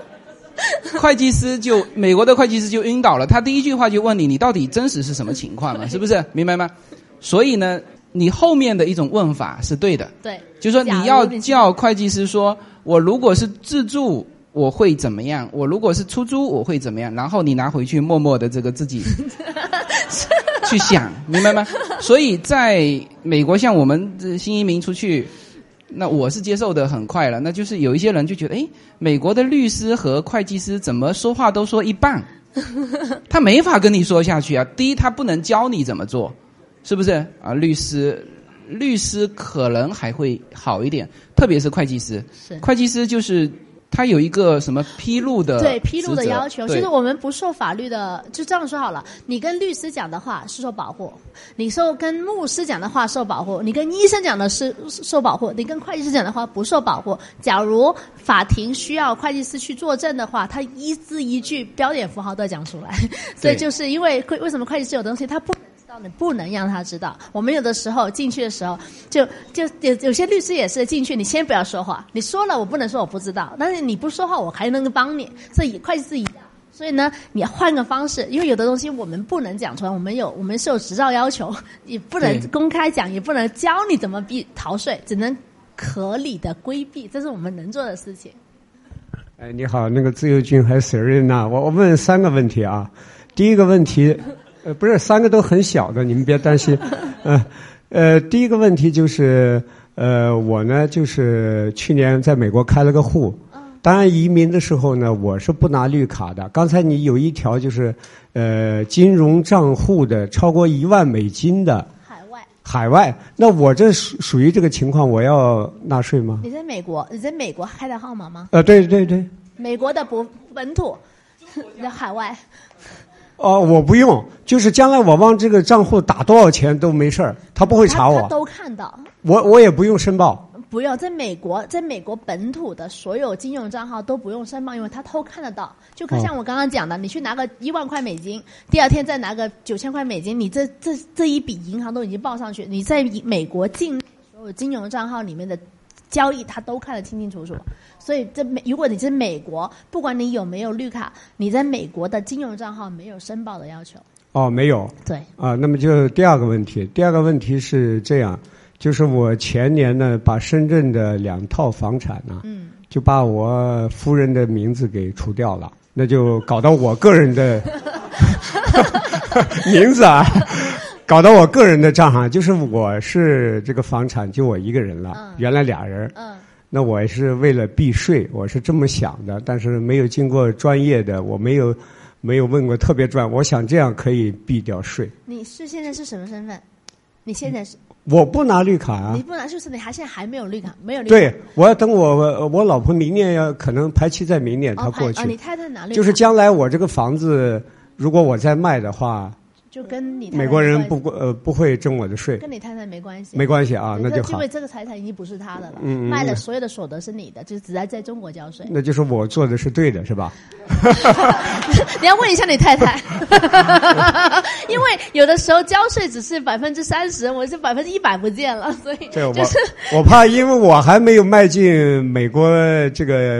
美国的会计师就晕倒了，他第一句话就问你到底真实是什么情况嘛，是不是？明白吗？所以呢，你后面的一种问法是对的， 对， 就是说你要叫会计师说，我如果是自住我会怎么样，我如果是出租我会怎么样，然后你拿回去默默的这个自己去想，明白吗？所以在美国，像我们新移民出去，那我是接受的很快了，那就是有一些人就觉得，美国的律师和会计师怎么说话都说一半，他没法跟你说下去啊。第一，他不能教你怎么做，是不是啊？律师可能还会好一点，特别是会计师。会计师就是他有一个什么披露的要求，其实我们不受法律的，就这样说好了。你跟律师讲的话是受保护，你跟牧师讲的话受保护，你跟医生讲的是受保护，你跟会计师讲的话不受保护。假如法庭需要会计师去作证的话，他一字一句标点符号都要讲出来。所以就是因为什么会计师有东西他不你不能让他知道。我们有的时候进去的时候，就有些律师也是进去，你先不要说话，你说了我不能说我不知道，但是你不说话我还能帮你。所以会计师一样，所以呢，你换个方式，因为有的东西我们不能讲出来，我们是有执照要求，也不能公开讲，也不能教你怎么逃税，只能合理的规避，这是我们能做的事情。 你好，那个自由军还是Serena，我问3个问题啊。第一个问题。不是3个都很小的，你们别担心。第一个问题就是，我呢就是去年在美国开了个户，当然移民的时候呢，我是不拿绿卡的。刚才你有一条就是，金融账户的超过1万美金的海外，那我这属于这个情况，我要纳税吗？ 你在美国开的号码吗？ 对。 美国的本土的海外。 我不用，就是将来我往这个账户打多少钱都没事儿，他不会查我。 他都看到。 我也不用申报。 不用，在美国本土的所有金融账号都不用申报，因为他都看得到。就像我刚刚讲的，你去拿个1万块美金，第二天再拿个9000块美金，你这一笔银行都已经报上去，你在美国境所有金融账号里面的交易他都看得清清楚楚。所以如果你是美国，不管你有没有绿卡，你在美国的金融账号没有申报的要求。 没有。 对。 那么就第二个问题。第二个问题是这样，就是我前年呢把深圳的2套房产呢，就把我夫人的名字给除掉了，那就搞到我个人的名字啊。搞到我个人的账上，就是我是这个房产就我一个人了，原来2人。那我是为了避税，我是这么想的，但是没有经过专业的，我没有问过特别专，我想这样可以避掉税。 你现在是什么身份？你现在是？ 我不拿绿卡啊。 你不拿，就是你现在还没有绿卡，没有绿卡。 对，我要等我老婆明年可能排期在明年她过去。 你太太拿绿卡。 就是将来我这个房子，如果我再卖的话。 就跟你太太美国人不会征我的税， 跟你太太没关系。 没关系啊，那就好。 因为这个财产已经不是他的了，卖了所有的所得是你的，就只在中国交税。 那就是我做的是对的，是吧？ 你要问一下你太太，因为有的时候交税只是30%，我是100%不见了，所以就是我怕，因为我还没有迈进美国这个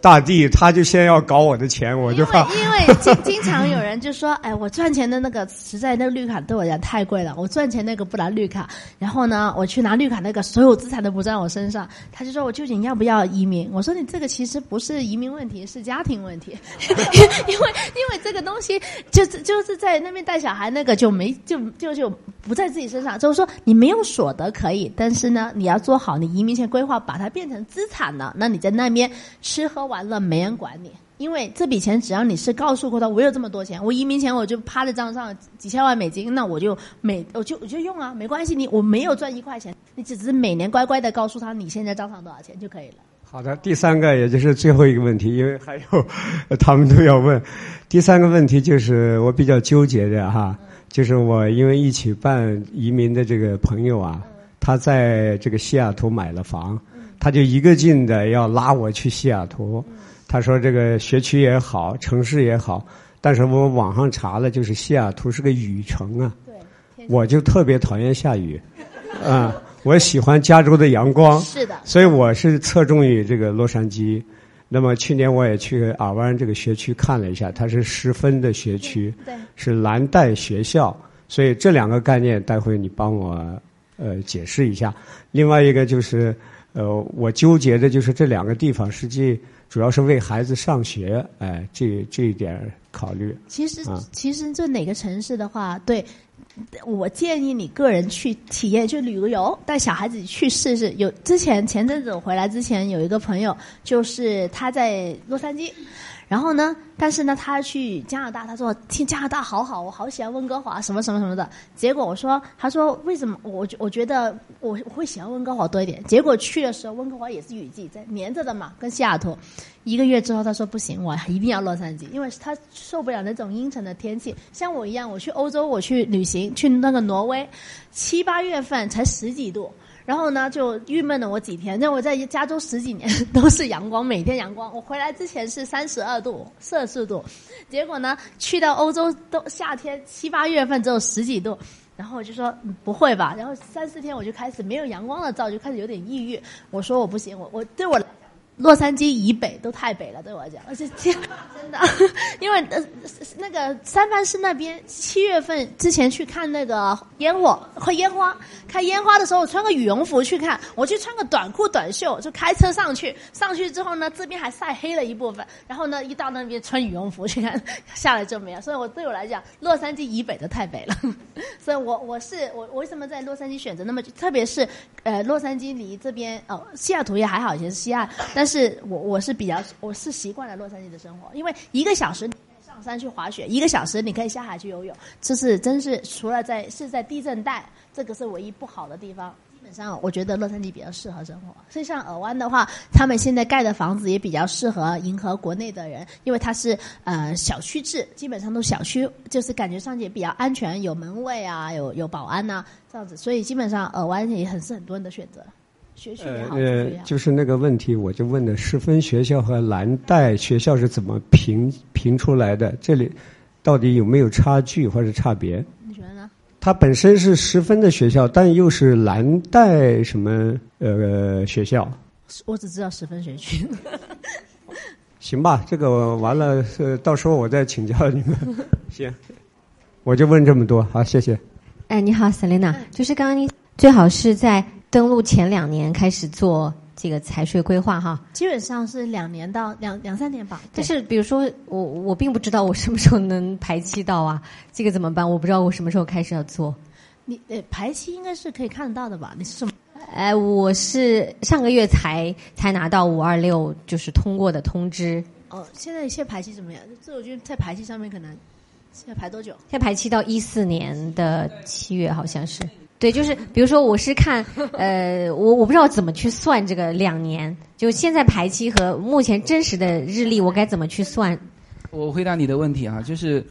大地，他就先要搞我的钱，我就怕。 因为经常有人就说，哎，我赚钱的那个实在那个绿卡对我讲太贵了，我赚钱那个不拿绿卡，然后呢，我去拿绿卡那个所有资产都不在我身上。他就说我究竟要不要移民？我说你这个其实不是移民问题，是家庭问题，因为这个东西就是在那边带小孩那个就不在自己身上，就是说你没有所得可以，但是呢，你要做好你移民前规划，把它变成资产了，那你在那边吃喝玩乐没人管你，因为这笔钱只要你是告诉过他我有这么多钱，我移民前我就趴在账上几千万美金，那我就用啊，没关系，我没有赚1块钱，你只是每年乖乖的告诉他你现在账上多少钱就可以了。 好的，第3个也就是最后一个问题，因为还有他们都要问。第3个问题就是我比较纠结的哈，就是我因为一起办移民的这个朋友啊，他在这个西雅图买了房，他就一个劲的要拉我去西雅图。他说这个学区也好，城市也好，但是我网上查了，就是西雅图是个雨城啊，我就特别讨厌下雨啊。我喜欢加州的阳光， 是的， 所以我是侧重于这个洛杉矶。那么去年我也去尔湾这个学区看了一下，它是10分的学区， 对， 是蓝带学校，所以这2个概念待会你帮我解释一下。另外一个就是我纠结的就是这2个地方实际主要是为孩子上学，哎，这一点考虑。其实这哪个城市的话，对。我建议你个人去体验，去旅个游，带小孩子去试试。前阵子我回来之前有一个朋友，就是他在洛杉矶，然后呢，但是呢，他去加拿大，他说听加拿大好好，我好喜欢温哥华什么什么什么的。结果他说为什么我觉得我会喜欢温哥华多一点。结果去的时候，温哥华也是雨季，在连着的嘛，跟西雅图。1个月之后，他说不行，我一定要洛杉矶，因为他受不了那种阴沉的天气。像我一样，我去欧洲，我去旅行，去那个挪威，7、8月份才10几度。然后呢，就郁闷了我几天。那我在加州10几年都是阳光，每天阳光。我回来之前是32度摄氏度，结果呢，去到欧洲都夏天7、8月份只有10几度。然后我就说不会吧。然后3、4天我就开始没有阳光的照，就开始有点抑郁。我说我不行，我对我来讲，洛杉矶以北都太北了，对我来讲，而且真的，因为那个三藩市那边7月份之前去看那个烟花，看烟花的时候，我穿个羽绒服去看，我去穿个短裤短袖就开车上去之后呢，这边还晒黑了一部分，然后呢一到那边穿羽绒服去看，下来就没有。所以对我来讲，洛杉矶以北的太北了。所以我为什么在洛杉矶选择那么，特别是洛杉矶离这边西雅图也还好，也是西岸，但是我是习惯了洛杉矶的生活，因为1个小时你可以上山去滑雪，1个小时你可以下海去游泳，这是真是除了在地震带，这个是唯一不好的地方。基本上我觉得洛杉矶比较适合生活。所以像尔湾的话，他们现在盖的房子也比较适合迎合国内的人，因为它是小区制，基本上都小区，就是感觉上也比较安全，有门卫啊，有保安啊这样子，所以基本上尔湾也是很多人的选择。学区也好， 就是那个问题，我就问的10分学校和蓝带学校是怎么评出来的？这里到底有没有差距或者差别？ 你觉得呢？ 它本身是10分的学校，但又是蓝带什么学校？ 我只知道10分学区。 行吧，这个完了，到时候我再请教你们。行，我就问这么多，好，谢谢。 哎，你好 ，Selina，就是刚刚你最好是在登陆前2年开始做这个财税规划哈， 基本上是2年到2、3年吧。 但是比如说我并不知道我什么时候能排期到啊，这个怎么办？我不知道我什么时候开始要做。 你排期应该是可以看得到的吧？你是什么？ 我是上个月才拿到526就是通过的通知。 哦，现在排期怎么样？自由军在排期上面可能现在排多久？ 现在排期到14年的7月好像是。对，就是比如说我是看我不知道怎么去算这个2年，就现在排期和目前真实的日历我该怎么去算？ 我回答你的问题啊，就是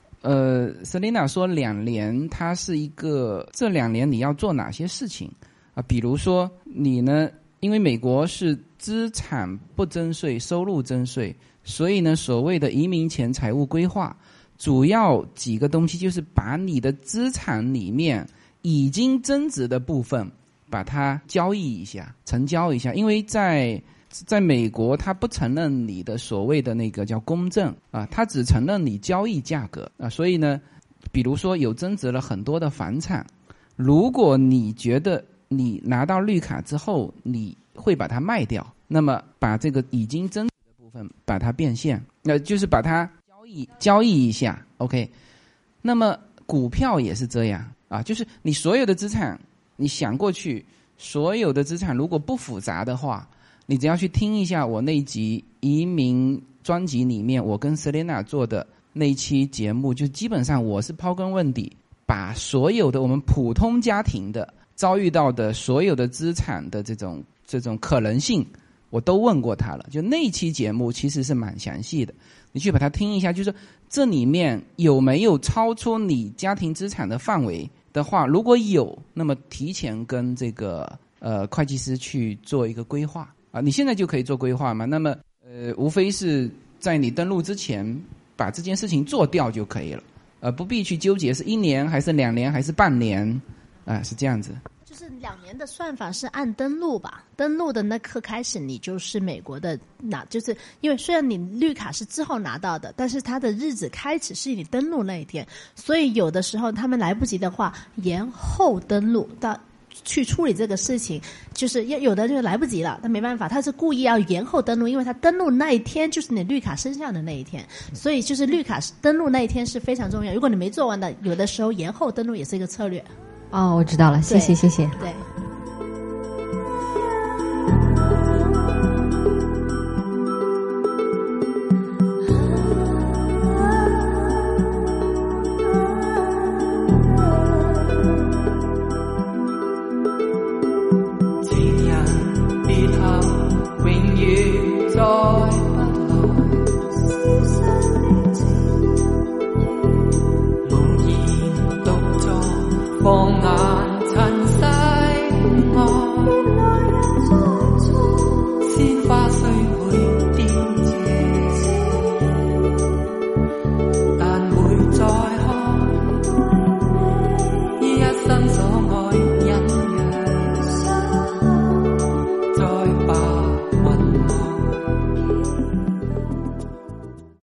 Selina 说2年，它是一个这2年你要做哪些事情啊？比如说你呢，因为美国是资产不征税，收入征税，所以呢，所谓的移民前财务规划，主要几个东西就是把你的资产里面已经增值的部分把它交易一下，成交一下，因为在在美国它不承认你的所谓的那个叫公证啊，它只承认你交易价格啊，所以呢，比如说有增值了很多的房产，如果你觉得你拿到绿卡之后你会把它卖掉，那么把这个已经增值的部分把它变现，就是把它交易一下 OK。 那么股票也是这样啊，就是你所有的资产，你想过去所有的资产如果不复杂的话，你只要去听一下我那一集移民专辑里面我跟 Selena 做的那一期节目，就基本上我是刨根问底，把所有的我们普通家庭的遭遇到的所有的资产的这种可能性我都问过他了，就那一期节目其实是蛮详细的，你去把它听一下，就是说这里面有没有超出你家庭资产的范围的话，如果有，那么提前跟这个会计师去做一个规划啊，你现在就可以做规划嘛，那么无非是在你登录之前把这件事情做掉就可以了，不必去纠结是1年还是2年还是半年是这样子。 就是2年的算法是按登录吧，登录的那刻开始你就是美国的，就是因为虽然你绿卡是之后拿到的，但是它的日子开始是你登录那一天，所以有的时候他们来不及的话延后登录到去处理这个事情，就是有的就来不及了，他没办法，他是故意要延后登录，因为他登录那一天就是你绿卡生效的那一天，所以就是绿卡登录那一天是非常重要，如果你没做完的，有的时候延后登录也是一个策略。 哦，我知道了，谢谢。 对。